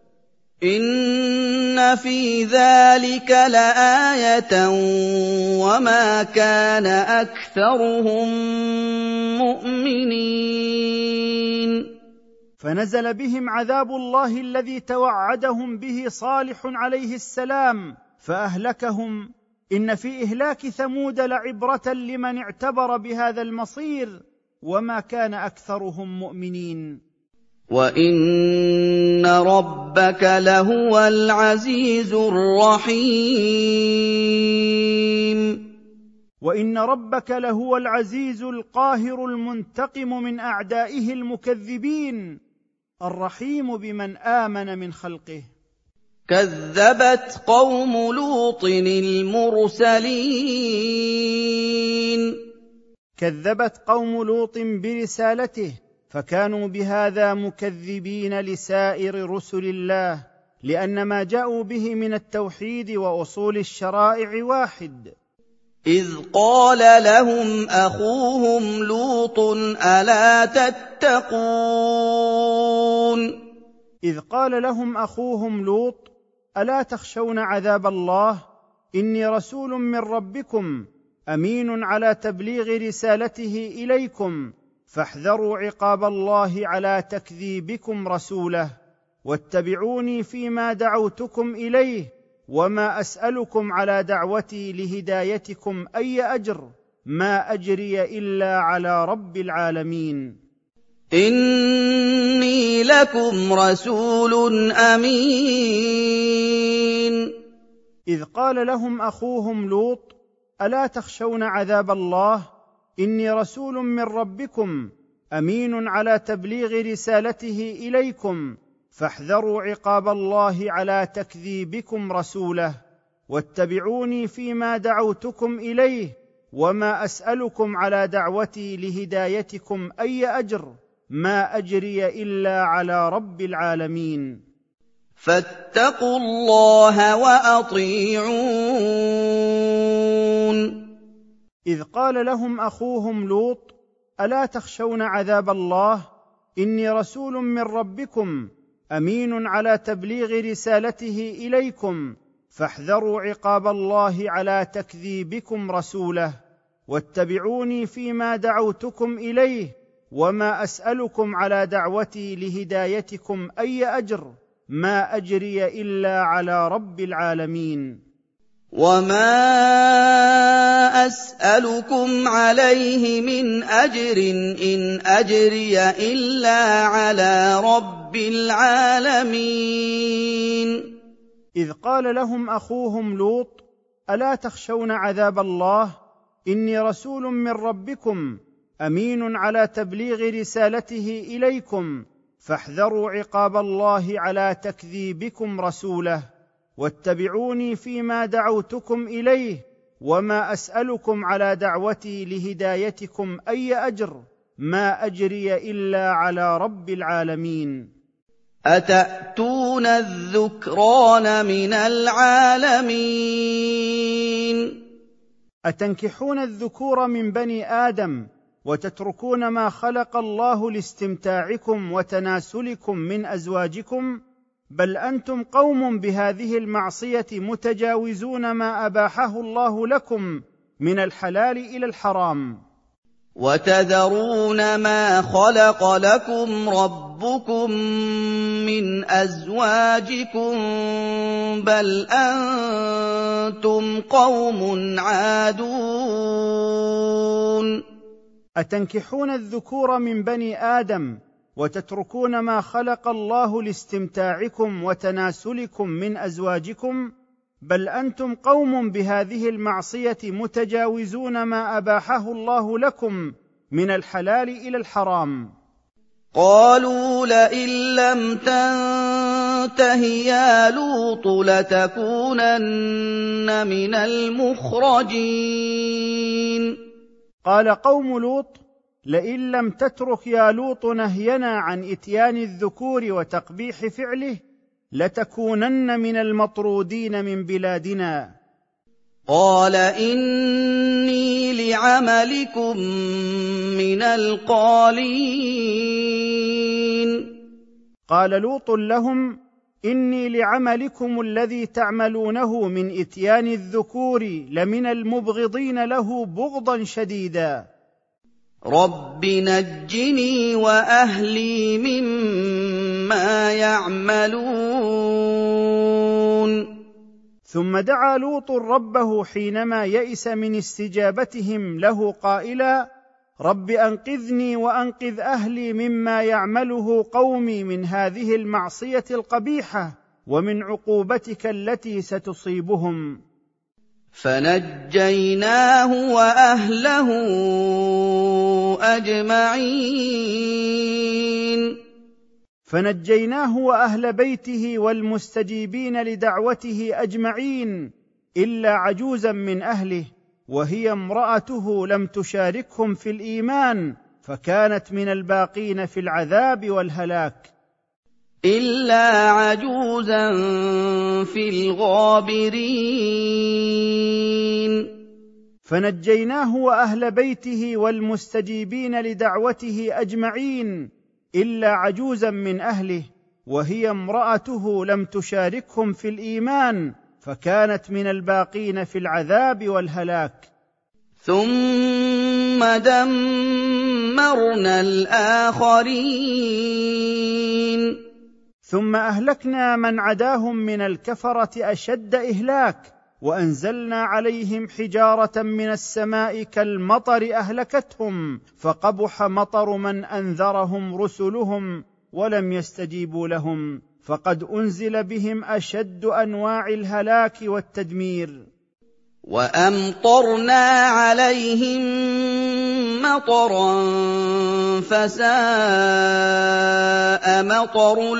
إن في ذلك لآية وما كان أكثرهم مؤمنين. فنزل بهم عذاب الله الذي توعدهم به صالح عليه السلام فأهلكهم. إن في إهلاك ثمود لعبرة لمن اعتبر بهذا المصير، وما كان أكثرهم مؤمنين. وَإِنَّ رَبَّكَ لَهُوَ الْعَزِيزُ الرَّحِيمُ. وإن ربك لهو العزيز القاهر المنتقم من أعدائه المكذبين، الرحيم بمن آمن من خلقه. كذبت قوم لوط المرسلين. كذبت قوم لوط برسالته، فكانوا بهذا مكذبين لسائر رسل الله، لأن ما جاءوا به من التوحيد وأصول الشرائع واحد. إذ قال لهم أخوهم لوط ألا تتقون. إذ قال لهم أخوهم لوط: ألا تخشون عذاب الله؟ إني رسول من ربكم أمين على تبليغ رسالته إليكم، فاحذروا عقاب الله على تكذيبكم رسوله، واتبعوني فيما دعوتكم إليه، وما أسألكم على دعوتي لهدايتكم أي أجر، ما أجري إلا على رب العالمين. إني لكم رسول أمين. إذ قال لهم أخوهم لوط: ألا تخشون عذاب الله؟ إني رسول من ربكم أمين على تبليغ رسالته إليكم، فاحذروا عقاب الله على تكذيبكم رسوله، واتبعوني فيما دعوتكم إليه، وما أسألكم على دعوتي لهدايتكم أي أجر، ما أجري إلا على رب العالمين. فاتقوا الله وأطيعون. إذ قال لهم أخوهم لوط: ألا تخشون عذاب الله؟ إني رسول من ربكم أمين على تبليغ رسالته إليكم، فاحذروا عقاب الله على تكذيبكم رسوله، واتبعوني فيما دعوتكم إليه، وما أسألكم على دعوتي لهدايتكم أي أجر، ما أجري إلا على رب العالمين. وما أسألكم عليه من أجر إن أجري إلا على رب العالمين. إذ قال لهم أخوهم لوط: ألا تخشون عذاب الله؟ إني رسول من ربكم أمين على تبليغ رسالته إليكم، فاحذروا عقاب الله على تكذيبكم رسوله، واتبعوني فيما دعوتكم إليه، وما أسألكم على دعوتي لهدايتكم أي أجر، ما أجري إلا على رب العالمين. أتأتون الذكران من العالمين. أتنكحون الذكور من بني آدم وتتركون ما خلق الله لاستمتاعكم وتناسلكم من أزواجكم؟ بل أنتم قوم بهذه المعصية متجاوزون ما أباحه الله لكم من الحلال إلى الحرام. وتذرون ما خلق لكم ربكم من أزواجكم، بل أنتم قوم عادون. أتنكحون الذكور من بني آدم وتتركون ما خلق الله لاستمتاعكم وتناسلكم من أزواجكم؟ بل أنتم قوم بهذه المعصية متجاوزون ما أباحه الله لكم من الحلال إلى الحرام. قالوا لئن لم تنته يا لوط لتكونن من المخرجين. قال قوم لوط: لئن لم تترك يا لوط نهينا عن إتيان الذكور وتقبيح فعله لتكونن من المطرودين من بلادنا. قال إني لعملكم من القالين. قال لوط لهم: إني لعملكم الذي تعملونه من إتيان الذكور لمن المبغضين له بغضا شديدا. رب نجني وأهلي مما يعملون. ثم دعا لوط ربه حينما يئس من استجابتهم له قائلا: رب أنقذني وأنقذ أهلي مما يعمله قومي من هذه المعصية القبيحة ومن عقوبتك التي ستصيبهم. فنجيناه وأهله أجمعين. فنجيناه وأهل بيته والمستجيبين لدعوته أجمعين، إلا عجوزا من أهله، وهي امرأته لم تشاركهم في الإيمان، فكانت من الباقين في العذاب والهلاك. إلا عجوزا في الغابرين. فنجيناه وأهل بيته والمستجيبين لدعوته أجمعين، إلا عجوزا من أهله، وهي امرأته لم تشاركهم في الإيمان، فكانت من الباقين في العذاب والهلاك. ثم دمرنا الآخرين. ثم أهلكنا من عداهم من الكفرة أشد إهلاك، وأنزلنا عليهم حجارة من السماء كالمطر أهلكتهم، فقبح مطر من أنذرهم رسلهم ولم يستجيبوا لهم، فقد أنزل بهم أشد أنواع الهلاك والتدمير. وأمطرنا عليهم مطرا فساء مطر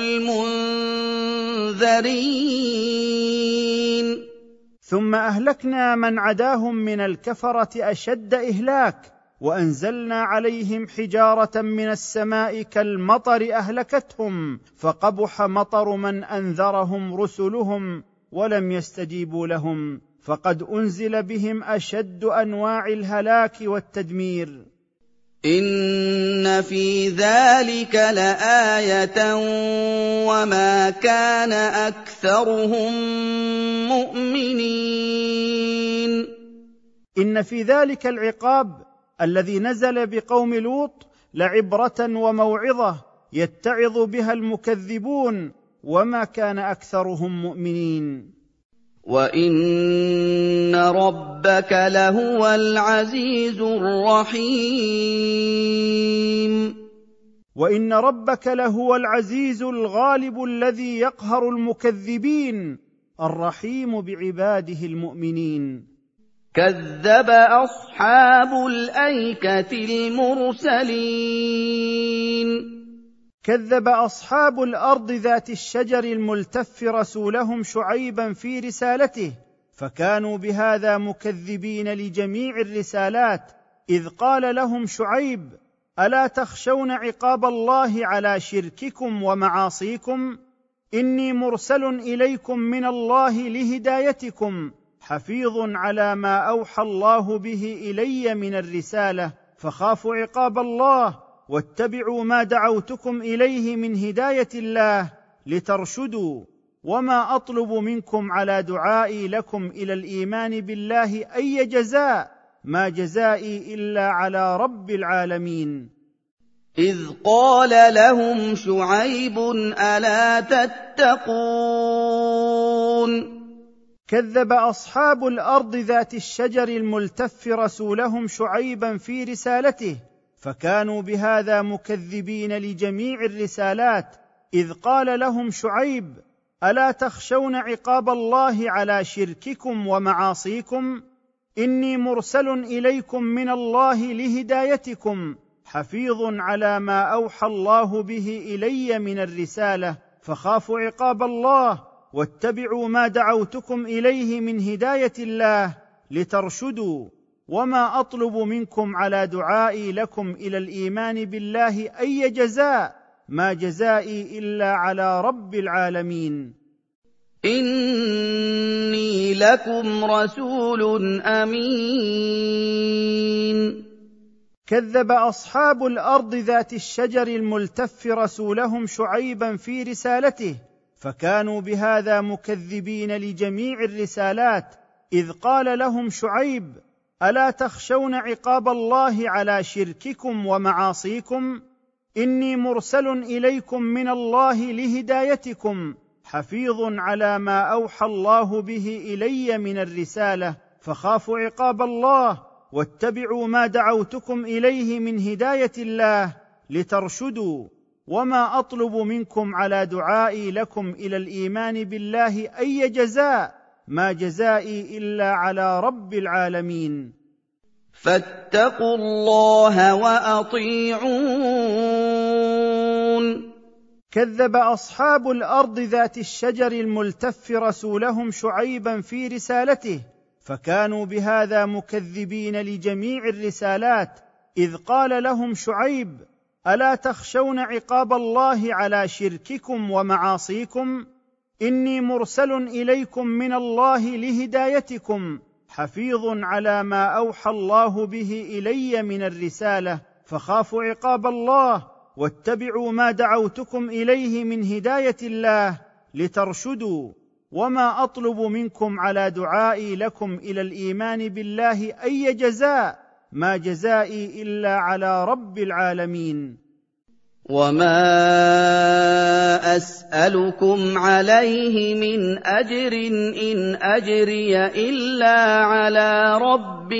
المنذرين. ثم أهلكنا من عداهم من الكفرة أشد إهلاك، وانزلنا عليهم حجاره من السماء كالمطر اهلكتهم فقبح مطر من انذرهم رسلهم ولم يستجيبوا لهم فقد انزل بهم اشد انواع الهلاك والتدمير. إن في ذلك لآية وما كان أكثرهم مؤمنين. إن في ذلك العقاب الذي نزل بقوم لوط لعبرة وموعظة يتعظ بها المكذبون وما كان أكثرهم مؤمنين. وَإِنَّ رَبَّكَ لَهُوَ الْعَزِيزُ الرَّحِيمُ. وَإِنَّ رَبَّكَ لَهُوَ الْعَزِيزُ الْغَالِبُ الَّذِي يَقْهَرُ الْمُكَذِّبِينَ الرَّحِيمُ بعباده المؤمنين. كَذَّبَ أَصْحَابُ الْأَيْكَةِ الْمُرْسَلِينَ. كذب اصحاب الارض ذات الشجر الملتف رسولهم شعيبا في رسالته فكانوا بهذا مكذبين لجميع الرسالات اذ قال لهم شعيب: الا تخشون عقاب الله على شرككم ومعاصيكم؟ اني مرسل اليكم من الله لهدايتكم حفيظ على ما اوحى الله به الي من الرساله فخافوا عقاب الله واتبعوا ما دعوتكم اليه من هدايه الله لترشدوا وما اطلب منكم على دعائي لكم الى الايمان بالله اي جزاء ما جزائي الا على رب العالمين. إذ قال لهم شعيب ألا تتقون. كذب اصحاب الارض ذات الشجر الملتف رسولهم شعيبا في رسالته فكانوا بهذا مكذبين لجميع الرسالات اذ قال لهم شعيب: الا تخشون عقاب الله على شرككم ومعاصيكم؟ اني مرسل اليكم من الله لهدايتكم حفيظ على ما اوحى الله به الي من الرساله فخافوا عقاب الله واتبعوا ما دعوتكم اليه من هدايه الله لترشدوا وما اطلب منكم على دعائي لكم الى الايمان بالله اي جزاء ما جزائي الا على رب العالمين. إني لكم رسول أمين. كذب اصحاب الارض ذات الشجر الملتف رسولهم شعيبا في رسالته فكانوا بهذا مكذبين لجميع الرسالات اذ قال لهم شعيب: الا تخشون عقاب الله على شرككم ومعاصيكم؟ اني مرسل اليكم من الله لهدايتكم حفيظ على ما اوحى الله به الي من الرساله فخافوا عقاب الله واتبعوا ما دعوتكم اليه من هدايه الله لترشدوا وما اطلب منكم على دعائي لكم الى الايمان بالله اي جزاء ما جزائي الا على رب العالمين. فاتقوا الله وأطيعون. كذب اصحاب الارض ذات الشجر الملتف رسولهم شعيبا في رسالته فكانوا بهذا مكذبين لجميع الرسالات اذ قال لهم شعيب: الا تخشون عقاب الله على شرككم ومعاصيكم؟ اني مرسل اليكم من الله لهدايتكم حفيظ على ما اوحى الله به الي من الرساله فخافوا عقاب الله واتبعوا ما دعوتكم اليه من هدايه الله لترشدوا وما اطلب منكم على دعائي لكم الى الايمان بالله اي جزاء ما جزائي الا على رب العالمين. وما أسألكم عليه من أجر إن أجري إلا على رب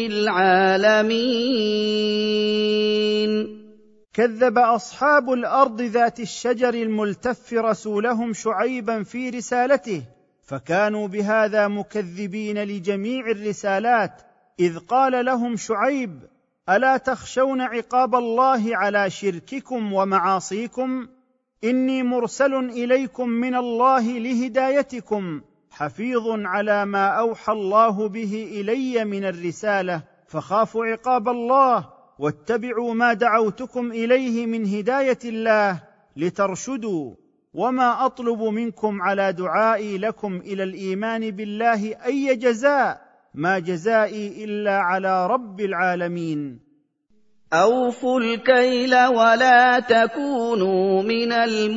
العالمين. كذب اصحاب الارض ذات الشجر الملتف رسولهم شعيبا في رسالته فكانوا بهذا مكذبين لجميع الرسالات اذ قال لهم شعيب: الا تخشون عقاب الله على شرككم ومعاصيكم؟ اني مرسل اليكم من الله لهدايتكم حفيظ على ما اوحى الله به الي من الرساله فخافوا عقاب الله واتبعوا ما دعوتكم اليه من هدايه الله لترشدوا، وما اطلب منكم على دعائي لكم الى الايمان بالله اي جزاء، ما جزائي الا على رب العالمين. أوفوا الكيل ولا تكونوا من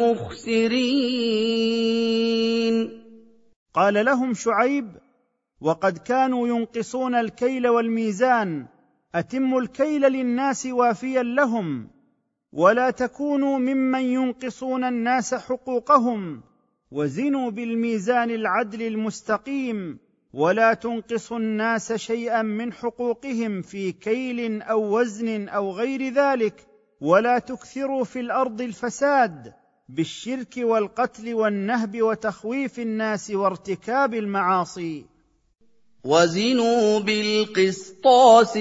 المخسرين. قال لهم شعيب: وقد كانوا ينقصون الكيل والميزان، أتموا الكيل للناس وافيا لهم، ولا تكونوا ممن ينقصون الناس حقوقهم، وزنوا بالميزان العدل المستقيم، ولا تنقصوا الناس شيئا من حقوقهم في كيل أو وزن أو غير ذلك، ولا تكثروا في الأرض الفساد بالشرك والقتل والنهب وتخويف الناس وارتكاب المعاصي. وزنوا بالقسطاس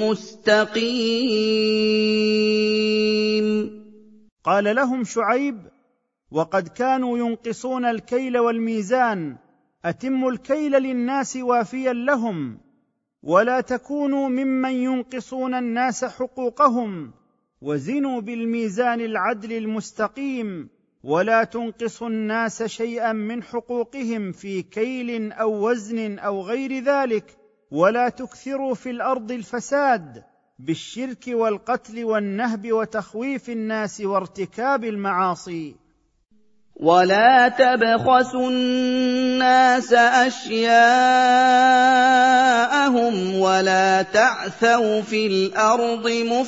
المستقيم. قال لهم شعيب: وقد كانوا ينقصون الكيل والميزان، أتموا الكيل للناس وافيا لهم، ولا تكونوا ممن ينقصون الناس حقوقهم، وزنوا بالميزان العدل المستقيم، ولا تنقصوا الناس شيئا من حقوقهم في كيل أو وزن أو غير ذلك، ولا تكثروا في الأرض الفساد بالشرك والقتل والنهب وتخويف الناس وارتكاب المعاصي. ولا تبخسوا الناس أشياءهم ولا تعثوا في الأرض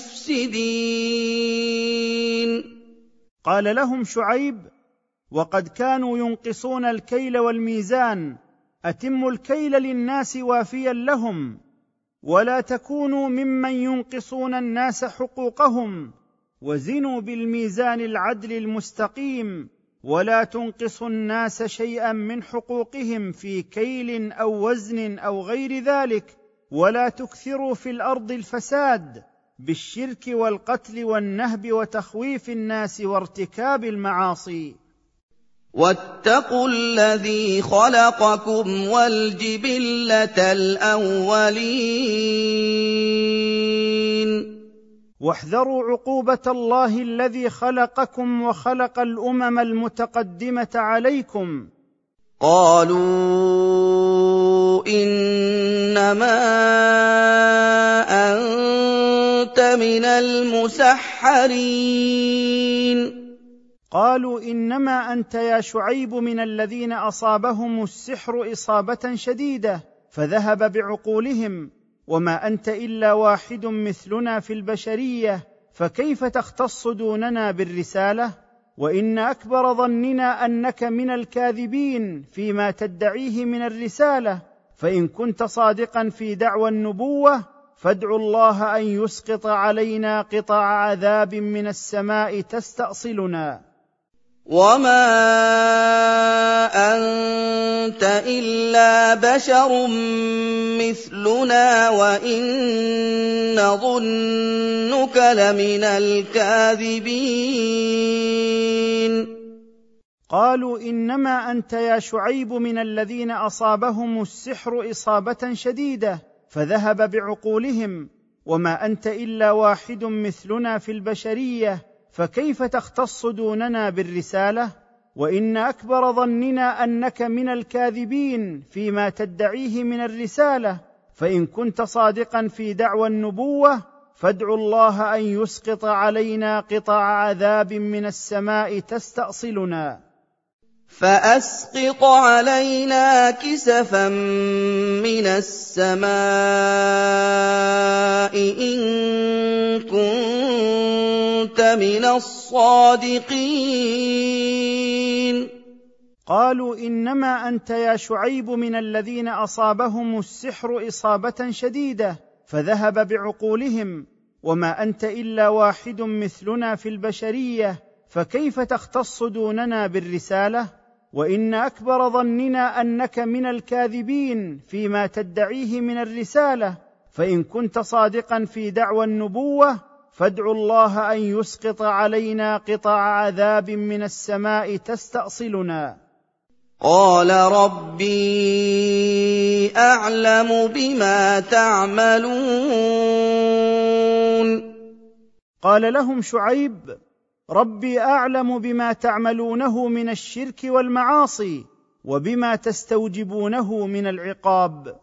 مفسدين. قال لهم شعيب: وقد كانوا ينقصون الكيل والميزان، أتموا الكيل للناس وافيا لهم، ولا تكونوا ممن ينقصون الناس حقوقهم، وزنوا بالميزان العدل المستقيم، ولا تنقصوا الناس شيئا من حقوقهم في كيل أو وزن أو غير ذلك، ولا تكثروا في الأرض الفساد بالشرك والقتل والنهب وتخويف الناس وارتكاب المعاصي. واتقوا الذي خلقكم والجبلة الأولين. واحذروا عقوبة الله الذي خلقكم وخلق الأمم المتقدمة عليكم. قالوا إنما أنت من المسحرين. قالوا إنما أنت يا شعيب من الذين أصابهم السحر إصابة شديدة فذهب بعقولهم، وما أنت إلا واحد مثلنا في البشرية، فكيف تختص دوننا بالرسالة؟ وإن أكبر ظننا أنك من الكاذبين فيما تدعيه من الرسالة، فإن كنت صادقا في دعوى النبوة فادع الله أن يسقط علينا قطع عذاب من السماء تستأصلنا. وما أنت إلا بشر مثلنا وإن نظنك لمن الكاذبين. قالوا إنما أنت يا شعيب من الذين أصابهم السحر إصابة شديدة فذهب بعقولهم، وما أنت إلا واحد مثلنا في البشرية، فكيف تختص دوننا بالرسالة؟ وإن أكبر ظننا أنك من الكاذبين فيما تدعيه من الرسالة، فإن كنت صادقا في دعوى النبوة فادع الله أن يسقط علينا قطع عذاب من السماء تستأصلنا. فأسقط علينا كسفا من السماء إن كنت من الصادقين. قالوا إنما أنت يا شعيب من الذين أصابهم السحر إصابة شديدة فذهب بعقولهم، وما أنت إلا واحد مثلنا في البشرية، فكيف تختص دوننا بالرسالة؟ وإن أكبر ظننا أنك من الكاذبين فيما تدعيه من الرسالة، فإن كنت صادقا في دعوى النبوة فادع الله أن يسقط علينا قطع عذاب من السماء تستأصلنا. قال ربي أعلم بما تعملون. قال لهم شعيب: ربي أعلم بما تعملونه من الشرك والمعاصي وبما تستوجبونه من العقاب.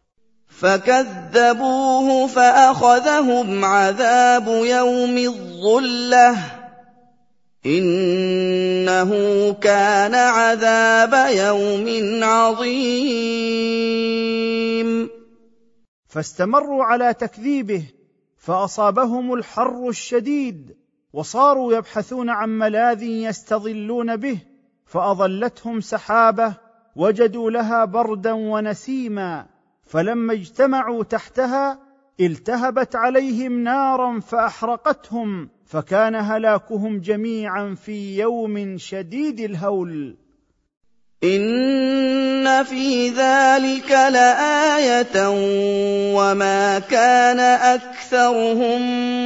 فكذبوه فأخذهم عذاب يوم الظلة إنه كان عذاب يوم عظيم. فاستمروا على تكذيبه فأصابهم الحر الشديد وصاروا يبحثون عن ملاذ يستظلون به، فأظلتهم سحابة وجدوا لها بردا ونسيما، فلما اجتمعوا تحتها التهبت عليهم نارا فأحرقتهم، فكان هلاكهم جميعا في يوم شديد الهول. إن في ذلك لآية وما كان أكثرهم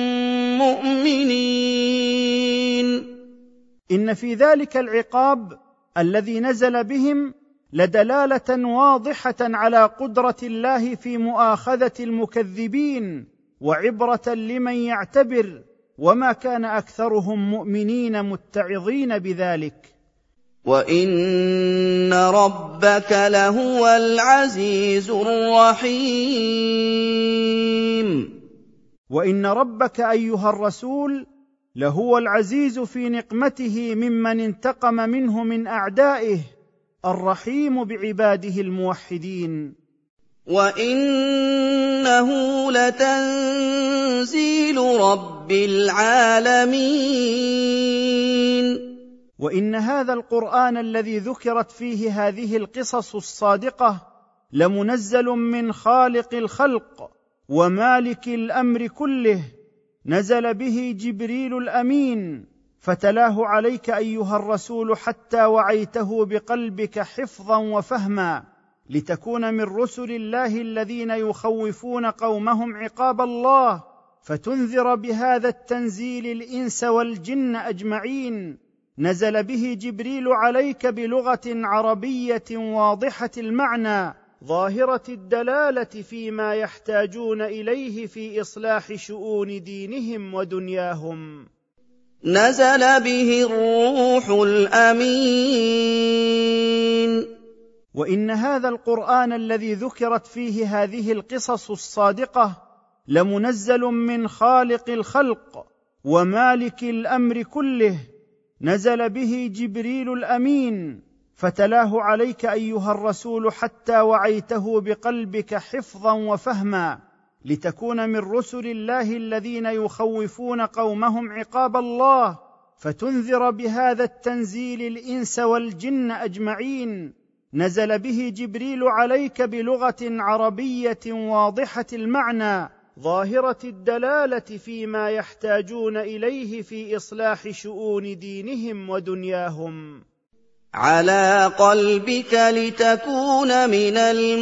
مؤمنين. إن في ذلك العقاب الذي نزل بهم لدلالة واضحة على قدرة الله في مؤاخذة المكذبين وعبرة لمن يعتبر، وما كان أكثرهم مؤمنين متعظين بذلك. وإن ربك لهو العزيز الرحيم. وإن ربك أيها الرسول لهو العزيز في نقمته ممن انتقم منه من أعدائه، الرحيم بعباده الموحدين. وإنه لتنزيل رب العالمين. وإن هذا القرآن الذي ذكرت فيه هذه القصص الصادقة لمنزل من خالق الخلق ومالك الأمر كله، نزل به جبريل الأمين، فتلاه عليك أيها الرسول حتى وعيته بقلبك حفظا وفهما، لتكون من رسل الله الذين يخوفون قومهم عقاب الله، فتنذر بهذا التنزيل الإنس والجن أجمعين. نزل به جبريل عليك بلغة عربية واضحة المعنى ظاهرة الدلالة فيما يحتاجون إليه في إصلاح شؤون دينهم ودنياهم. نزل به الروح الأمين. وإن هذا القرآن الذي ذكرت فيه هذه القصص الصادقة لمنزل من خالق الخلق ومالك الأمر كله، نزل به جبريل الأمين، فتلاه عليك أيها الرسول حتى وعيته بقلبك حفظا وفهما، لتكون من رسل الله الذين يخوفون قومهم عقاب الله، فتنذر بهذا التنزيل الإنس والجن أجمعين. نزل به جبريل عليك بلغة عربية واضحة المعنى ظاهرة الدلالة فيما يحتاجون إليه في إصلاح شؤون دينهم ودنياهم. على قلبك لتكون من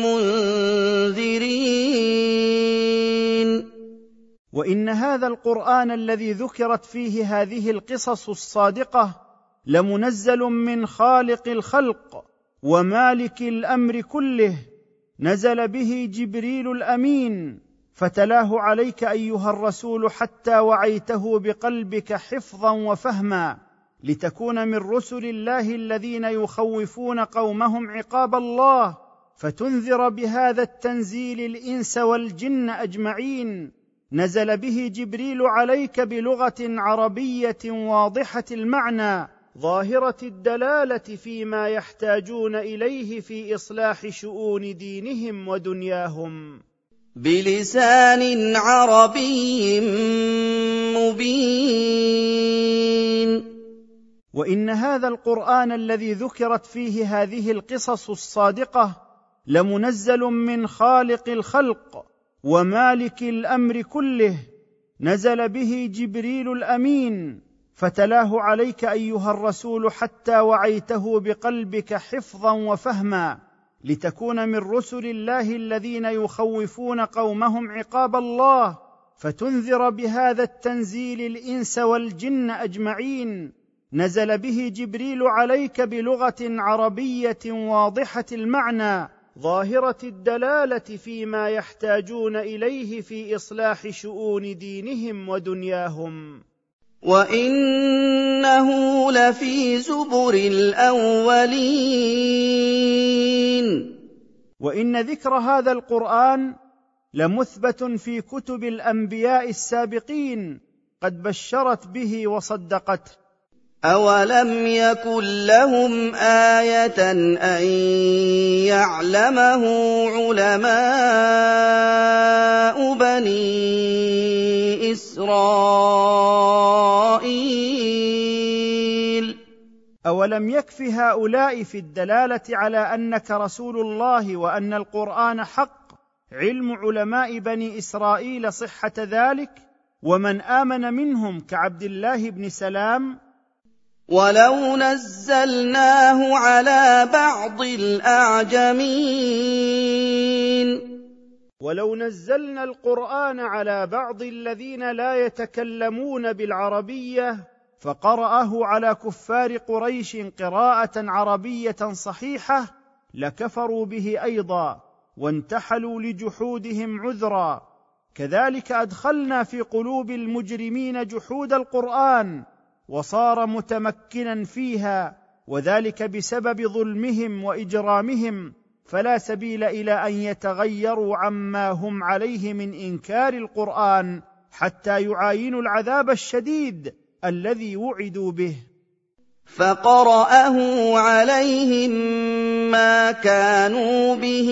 المنذرين. وإن هذا القرآن الذي ذكرت فيه هذه القصص الصادقة لمنزل من خالق الخلق ومالك الأمر كله، نزل به جبريل الأمين، فتلاه عليك أيها الرسول حتى وعيته بقلبك حفظا وفهما، لتكون من رسل الله الذين يخوفون قومهم عقاب الله، فتنذر بهذا التنزيل الإنس والجن أجمعين. نزل به جبريل عليك بلغة عربية واضحة المعنى ظاهرة الدلالة فيما يحتاجون إليه في إصلاح شؤون دينهم ودنياهم، بلسان عربي مبين. وإن هذا القرآن الذي ذكرت فيه هذه القصص الصادقة لمنزل من خالق الخلق ومالك الأمر كله، نزل به جبريل الأمين، فتلاه عليك أيها الرسول حتى وعيته بقلبك حفظا وفهما، لتكون من رسل الله الذين يخوفون قومهم عقاب الله، فتنذر بهذا التنزيل الإنس والجن أجمعين. نزل به جبريل عليك بلغة عربية واضحة المعنى ظاهرة الدلالة فيما يحتاجون إليه في إصلاح شؤون دينهم ودنياهم. وَإِنَّهُ لَفِي زُبُرِ الْأَوَّلِينَ. وإن ذكر هذا القرآن لمثبت في كتب الأنبياء السابقين قد بشرت به وصدقته. أَوَلَمْ يَكُن لَّهُمْ آيَةً أَن يَعْلَمَهُ عُلَمَاءُ بَنِي إِسْرَائِيلَ. أولم يكف هؤلاء في الدلالة على أنك رسول الله وأن القرآن حق علم علماء بني إسرائيل صحة ذلك ومن آمن منهم كعبد الله بن سلام؟ وَلَوْ نَزَّلْنَاهُ عَلَىٰ بَعْضِ الْأَعْجَمِينَ. ولو نزلنا القرآن على بعض الذين لا يتكلمون بالعربية فقرأه على كفار قريش قراءة عربية صحيحة لكفروا به أيضا وانتحلوا لجحودهم عذرا. كذلك أدخلنا في قلوب المجرمين جحود القرآن وصار متمكنا فيها، وذلك بسبب ظلمهم وإجرامهم، فلا سبيل إلى أن يتغيروا عما هم عليه من إنكار القرآن حتى يعاينوا العذاب الشديد الذي وعدوا به. فقرأه عليهم ما كانوا به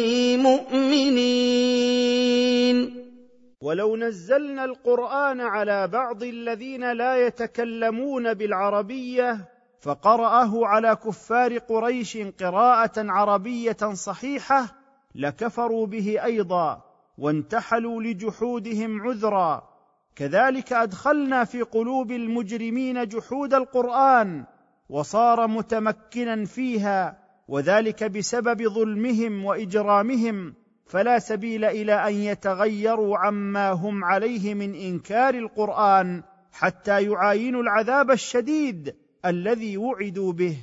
مؤمنين. ولو نزلنا القرآن على بعض الذين لا يتكلمون بالعربية فقرأه على كفار قريش قراءة عربية صحيحة لكفروا به أيضا وانتحلوا لجحودهم عذرا. كذلك أدخلنا في قلوب المجرمين جحود القرآن وصار متمكنا فيها، وذلك بسبب ظلمهم وإجرامهم، فلا سبيل إلى أن يتغيروا عما هم عليه من إنكار القرآن حتى يعاينوا العذاب الشديد الذي وعدوا به.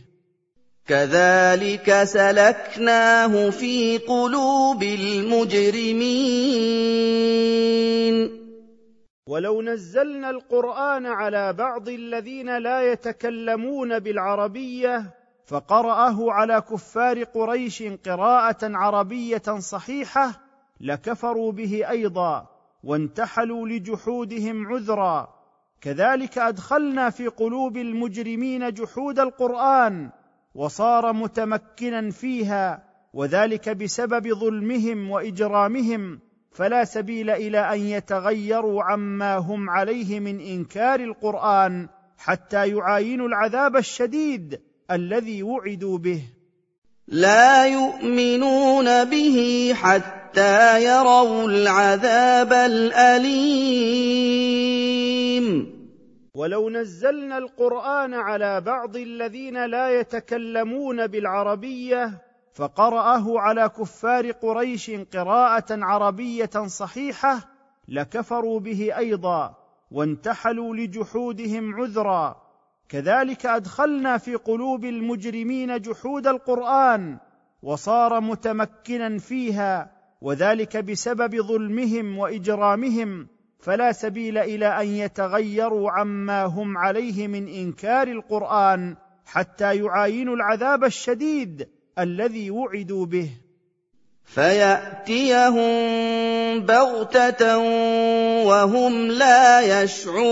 كذلك سلكناه في قلوب المجرمين. ولو نزلنا القرآن على بعض الذين لا يتكلمون بالعربية فقرأه على كفار قريش قراءة عربية صحيحة لكفروا به أيضا وانتحلوا لجحودهم عذرا. كذلك أدخلنا في قلوب المجرمين جحود القرآن وصار متمكنا فيها، وذلك بسبب ظلمهم وإجرامهم، فلا سبيل إلى أن يتغيروا عما هم عليه من إنكار القرآن حتى يعاينوا العذاب الشديد الذي وعدوا به. لا يؤمنون به حتى يروا العذاب الأليم. ولو نزلنا القرآن على بعض الذين لا يتكلمون بالعربية فقرأه على كفار قريش قراءة عربية صحيحة لكفروا به أيضا وانتحلوا لجحودهم عذرا. كذلك أدخلنا في قلوب المجرمين جحود القرآن وصار متمكنا فيها، وذلك بسبب ظلمهم وإجرامهم، فلا سبيل إلى أن يتغيروا عما هم عليه من إنكار القرآن حتى يعاينوا العذاب الشديد الذي وعدوا به. فيأتيهم بغتة وهم لا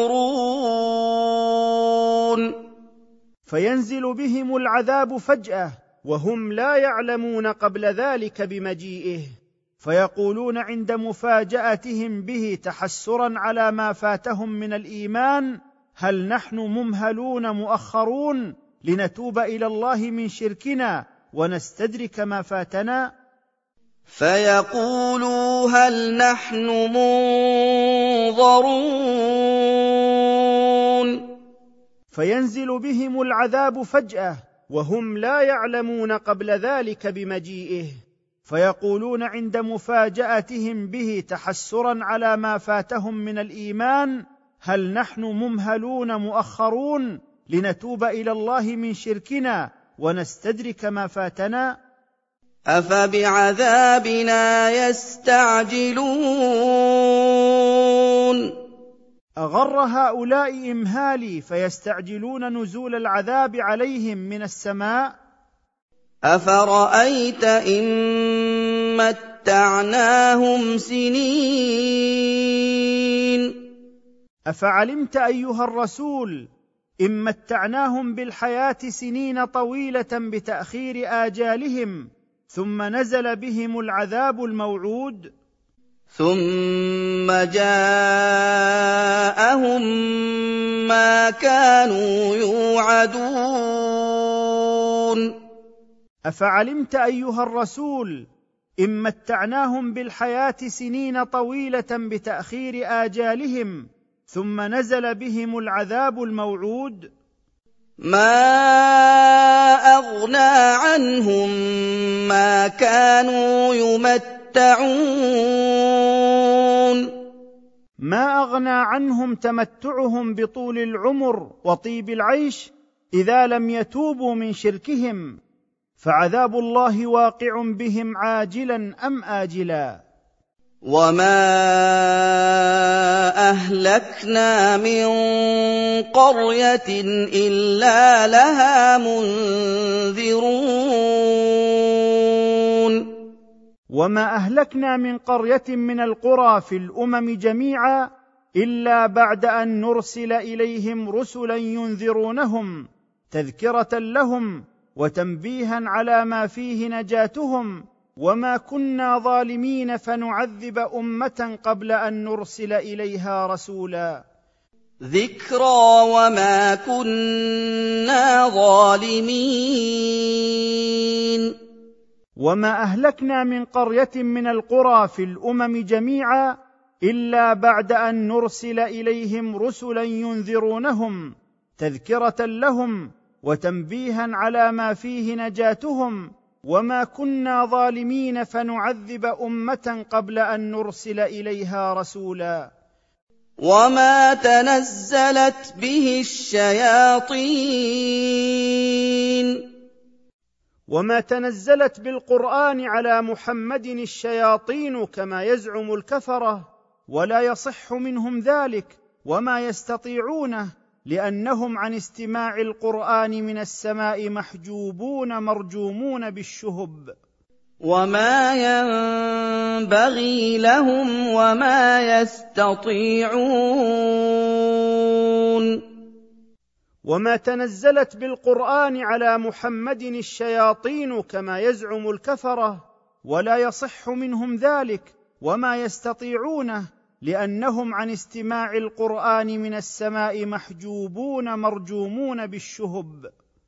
يشعرون. فينزل بهم العذاب فجأة وهم لا يعلمون قبل ذلك بمجيئه، فيقولون عند مفاجأتهم به تحسرا على ما فاتهم من الإيمان: هل نحن ممهلون مؤخرون لنتوب إلى الله من شركنا ونستدرك ما فاتنا؟ فيقولوا هل نحن منظرون. فينزل بهم العذاب فجأة وهم لا يعلمون قبل ذلك بمجيئه، فيقولون عند مفاجأتهم به تحسرا على ما فاتهم من الإيمان: هل نحن ممهلون مؤخرون لنتوب إلى الله من شركنا ونستدرك ما فاتنا؟ أَفَبِعَذَابِنَا يَسْتَعْجِلُونَ أغر هؤلاء إمهالي فيستعجلون نزول العذاب عليهم من السماء. أَفَرَأَيْتَ إِن مَّتَّعْنَاهُمْ سِنِينَ أفعلمت أيها الرسول إن متعناهم بالحياة سنين طويلة بتأخير آجالهم ثم نزل بهم العذاب الموعود. ثُمَّ جَاءَهُم مَّا كَانُوا يُوعَدُونَ أفعلمت أيها الرسول إن متعناهم بالحياة سنين طويلة بتأخير آجالهم ثم نزل بهم العذاب الموعود. مَا أَغْنَىٰ عَنْهُم مَّا كَانُوا يُمَتَّعُونَ ما أغنى عنهم تمتعهم بطول العمر وطيب العيش إذا لم يتوبوا من شركهم، فعذاب الله واقع بهم عاجلا أم آجلا. وَمَا أَهْلَكْنَا مِن قَرْيَةٍ إِلَّا لَهَا مُنذِرُونَ وما أهلكنا من قرية من القرى في الأمم جميعا إلا بعد أن نرسل إليهم رسلا ينذرونهم تذكرة لهم وتنبيها على ما فيه نجاتهم، وما كنا ظالمين فنعذب أمة قبل أن نرسل إليها رسولا. ذِكْرَىٰ وَمَا كُنَّا ظَالِمِينَ وما أهلكنا من قرية من القرى في الأمم جميعا إلا بعد أن نرسل إليهم رسلا ينذرونهم تذكرة لهم وتنبيها على ما فيه نجاتهم، وما كنا ظالمين فنعذب أمة قبل أن نرسل إليها رسولا. وَمَا تَنَزَّلَتْ بِهِ الشَّيَاطِينُ وما تنزلت بالقرآن على محمد الشياطين كما يزعم الكفرة، ولا يصح منهم ذلك وما يستطيعونه، لأنهم عن استماع القرآن من السماء محجوبون مرجومون بالشهب. وَمَا يَنبَغِي لَهُمْ وَمَا يَسْتَطِيعُونَ وما تنزلت بالقرآن على محمد الشياطين كما يزعم الكفرة، ولا يصح منهم ذلك وما يستطيعونه، لأنهم عن استماع القرآن من السماء محجوبون مرجومون بالشهب.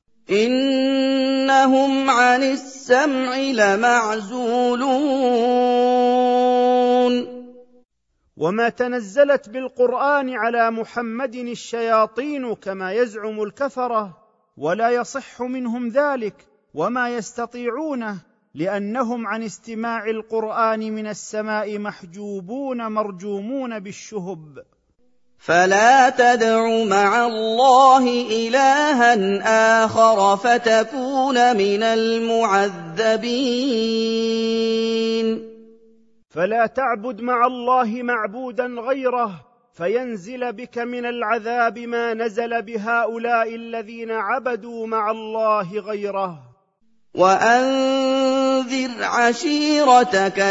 إِنَّهُمْ عَنِ السَّمْعِ لَمَعْزُولُونَ وما تنزلت بالقرآن على محمد الشياطين كما يزعم الكفرة، ولا يصح منهم ذلك وما يستطيعونه، لأنهم عن استماع القرآن من السماء محجوبون مرجومون بالشهب. فَلَا تَدْعُ مَعَ اللَّهِ إِلَٰهًا آخَرَ فَتَكُونَ مِنَ الْمُعَذَّبِينَ فلا تعبد مع الله معبودا غيره فينزل بك من العذاب ما نزل بهؤلاء الذين عبدوا مع الله غيره. وَأَنذِرْ عَشِيرَتَكَ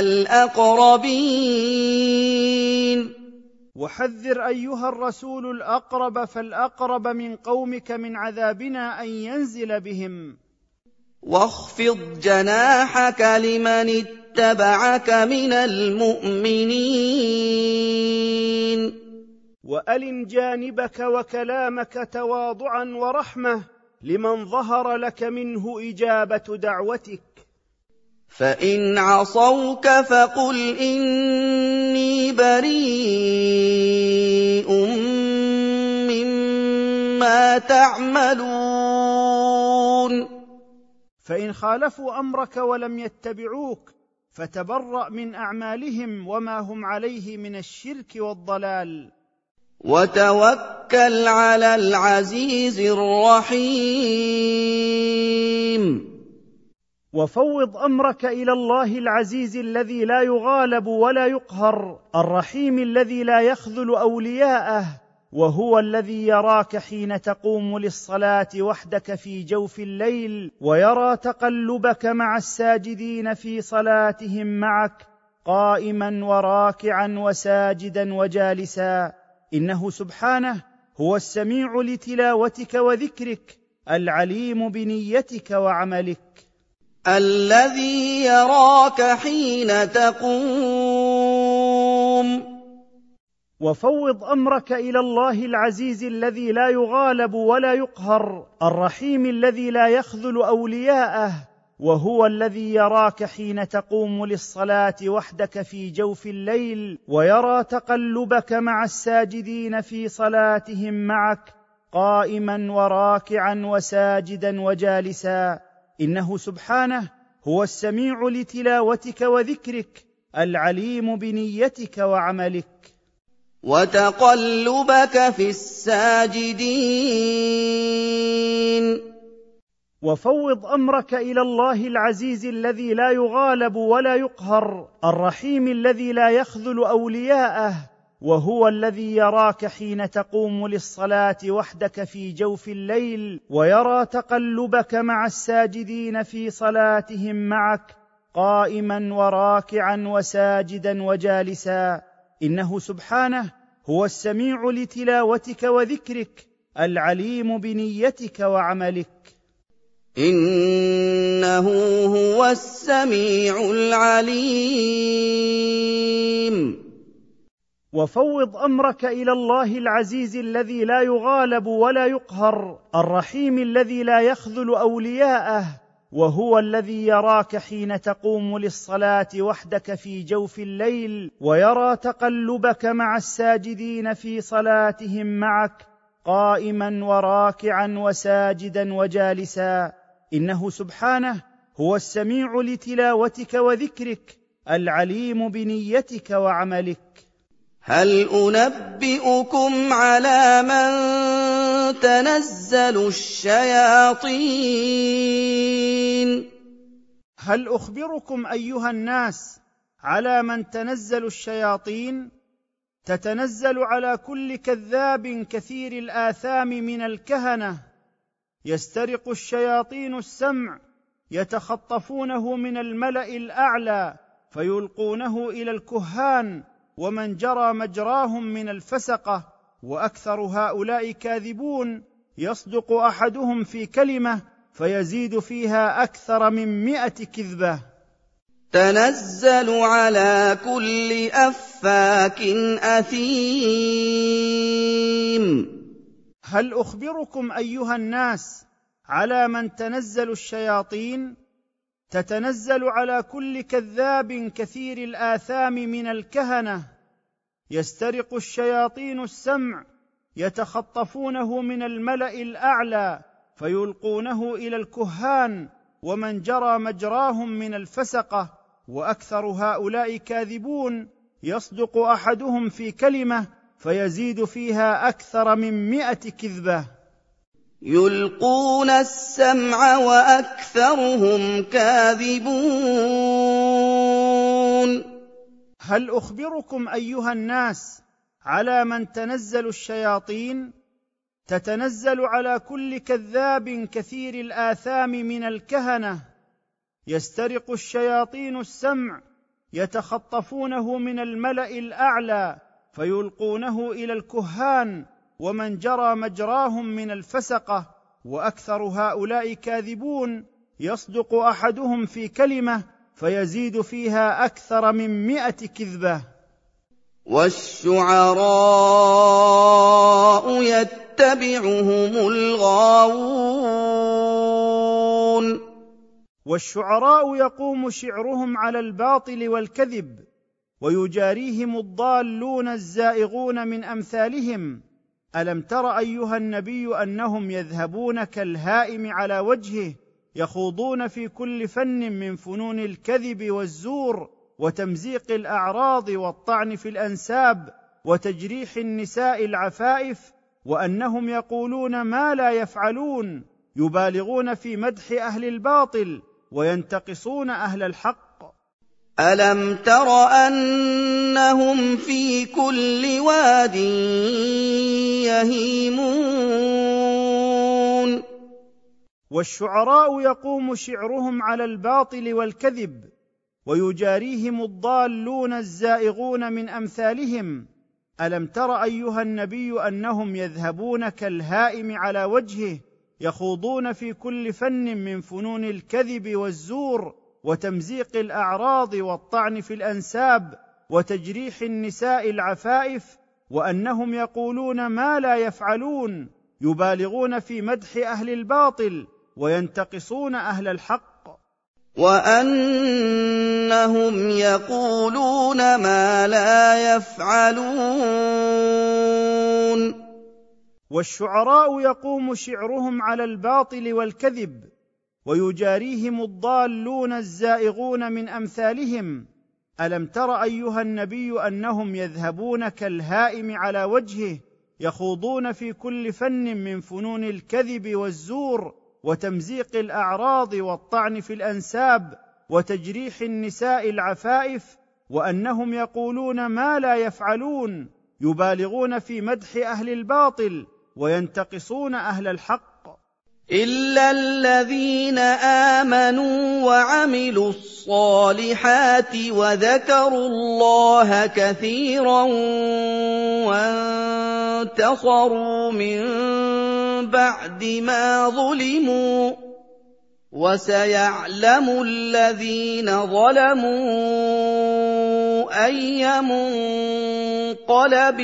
الْأَقْرَبِينَ وحذر أيها الرسول الأقرب فالأقرب من قومك من عذابنا أن ينزل بهم. واخفض جناحك لمن اتبعك من المؤمنين وألن جانبك وكلامك تواضعا ورحمة لمن ظهر لك منه إجابة دعوتك. فإن عصوك فقل إني بريء مما تعملون. فإن خالفوا أمرك ولم يتبعوك فتبرأ من أعمالهم وما هم عليه من الشرك والضلال. وتوكل على العزيز الرحيم. وفوض أمرك إلى الله العزيز الذي لا يغالب ولا يقهر، الرحيم الذي لا يخذل أولياءه، وهو الذي يراك حين تقوم للصلاة وحدك في جوف الليل، ويرى تقلبك مع الساجدين في صلاتهم معك قائما وراكعا وساجدا وجالسا، إنه سبحانه هو السميع لتلاوتك وذكرك، العليم بنيتك وعملك. الذي يراك حين تقوم. وفوض أمرك إلى الله العزيز الذي لا يغالب ولا يقهر، الرحيم الذي لا يخذل أولياءه، وهو الذي يراك حين تقوم للصلاة وحدك في جوف الليل، ويرى تقلبك مع الساجدين في صلاتهم معك قائما وراكعا وساجدا وجالسا، إنه سبحانه هو السميع لتلاوتك وذكرك، العليم بنيتك وعملك. وتقلبك في الساجدين. وفوض أمرك إلى الله العزيز الذي لا يغالب ولا يقهر، الرحيم الذي لا يخذل أولياءه، وهو الذي يراك حين تقوم للصلاة وحدك في جوف الليل، ويرى تقلبك مع الساجدين في صلاتهم معك قائما وراكعا وساجدا وجالسا، إنه سبحانه هو السميع لتلاوتك وذكرك، العليم بنيتك وعملك. إنه هو السميع العليم. وفوض أمرك إلى الله العزيز الذي لا يغالب ولا يقهر، الرحيم الذي لا يخذل أولياءه، وهو الذي يراك حين تقوم للصلاة وحدك في جوف الليل، ويرى تقلبك مع الساجدين في صلاتهم معك قائما وراكعا وساجدا وجالسا، إنه سبحانه هو السميع لتلاوتك وذكرك، العليم بنيتك وعملك. هل أنبئكم على من تنزل الشياطين؟ هل أخبركم أيها الناس على من تنزل الشياطين؟ تتنزل على كل كذاب كثير الآثام من الكهنة، يسترق الشياطين السمع، يتخطفونه من الملأ الأعلى فيلقونه إلى الكهان ومن جرى مجراهم من الفسقة، وأكثر هؤلاء كاذبون، يصدق أحدهم في كلمة فيزيد فيها أكثر من 100 كذبة. تنزل على كل أفاك أثيم. هل أخبركم أيها الناس على من تنزل الشياطين؟ تتنزل على كل كذاب كثير الآثام من الكهنة، يسترق الشياطين السمع، يتخطفونه من الملأ الأعلى فيلقونه إلى الكهان ومن جرى مجراهم من الفسقة، وأكثر هؤلاء كاذبون، يصدق أحدهم في كلمة فيزيد فيها أكثر من 100 كذبة. يلقون السمع وأكثرهم كاذبون. هل أخبركم أيها الناس على من تنزل الشياطين؟ تتنزل على كل كذاب كثير الآثام من الكهنة، يسترق الشياطين السمع، يتخطفونه من الملأ الأعلى فيلقونه إلى الكهان ومن جرى مجراهم من الفسقة، وأكثر هؤلاء كاذبون، يصدق أحدهم في كلمة فيزيد فيها أكثر من 100 كذبة. والشعراء يتبعهم الغاوون. والشعراء يقوم شعرهم على الباطل والكذب، ويجاريهم الضالون الزائغون من أمثالهم. ألم تر أيها النبي أنهم يذهبون كالهائم على وجهه، يخوضون في كل فن من فنون الكذب والزور وتمزيق الأعراض والطعن في الأنساب وتجريح النساء العفائف، وأنهم يقولون ما لا يفعلون، يبالغون في مدح أهل الباطل وينتقصون أهل الحق. أَلَمْ تَرَ أَنَّهُمْ فِي كُلِّ وَادٍ يَهِيمُونَ والشعراء يقوم شعرهم على الباطل والكذب، ويجاريهم الضالون الزائغون من أمثالهم. ألم تر أيها النبي أنهم يذهبون كالهائم على وجهه، يخوضون في كل فن من فنون الكذب والزور وتمزيق الأعراض والطعن في الأنساب وتجريح النساء العفائف، وأنهم يقولون ما لا يفعلون، يبالغون في مدح أهل الباطل وينتقصون أهل الحق. وَأَنَّهُمْ يَقُولُونَ مَا لَا يَفْعَلُونَ والشعراء يقوم شعرهم على الباطل والكذب، ويجاريهم الضالون الزائغون من أمثالهم. ألم تر أيها النبي أنهم يذهبون كالهائم على وجهه، يخوضون في كل فن من فنون الكذب والزور وتمزيق الأعراض والطعن في الأنساب وتجريح النساء العفائف، وأنهم يقولون ما لا يفعلون، يبالغون في مدح أهل الباطل وينتقصون أهل الحق. إِلَّا الَّذِينَ آمَنُوا وَعَمِلُوا الصَّالِحَاتِ وَذَكَرُوا اللَّهَ كَثِيرًا وَانتَصَرُوا مِن بَعْدِ مَا ظُلِمُوا ۗ وَسَيَعْلَمُ الَّذِينَ ظَلَمُوا أَيَّ مُنقَلَبٍ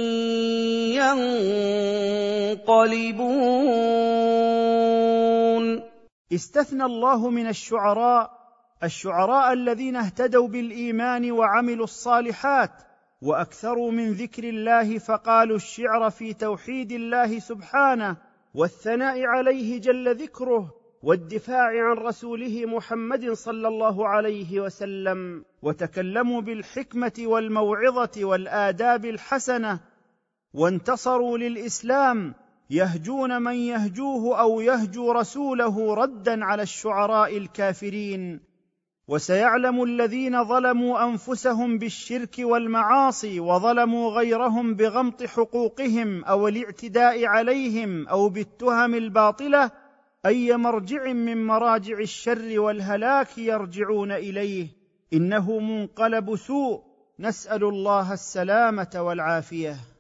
يَنقَلِبُونَ. استثنى الله من الشعراء الذين اهتدوا بالإيمان وعملوا الصالحات وأكثروا من ذكر الله، فقالوا الشعر في توحيد الله سبحانه والثناء عليه جل ذكره والدفاع عن رسوله محمد صلى الله عليه وسلم، وتكلموا بالحكمة والموعظة والآداب الحسنة، وانتصروا للإسلام يهجون من يهجوه أو يهجو رسوله ردا على الشعراء الكافرين. وسيعلم الذين ظلموا أنفسهم بالشرك والمعاصي وظلموا غيرهم بغمط حقوقهم أو الاعتداء عليهم أو بالتهم الباطلة أي مرجع من مراجع الشر والهلاك يرجعون إليه، إنه منقلب سوء، نسأل الله السلامة والعافية.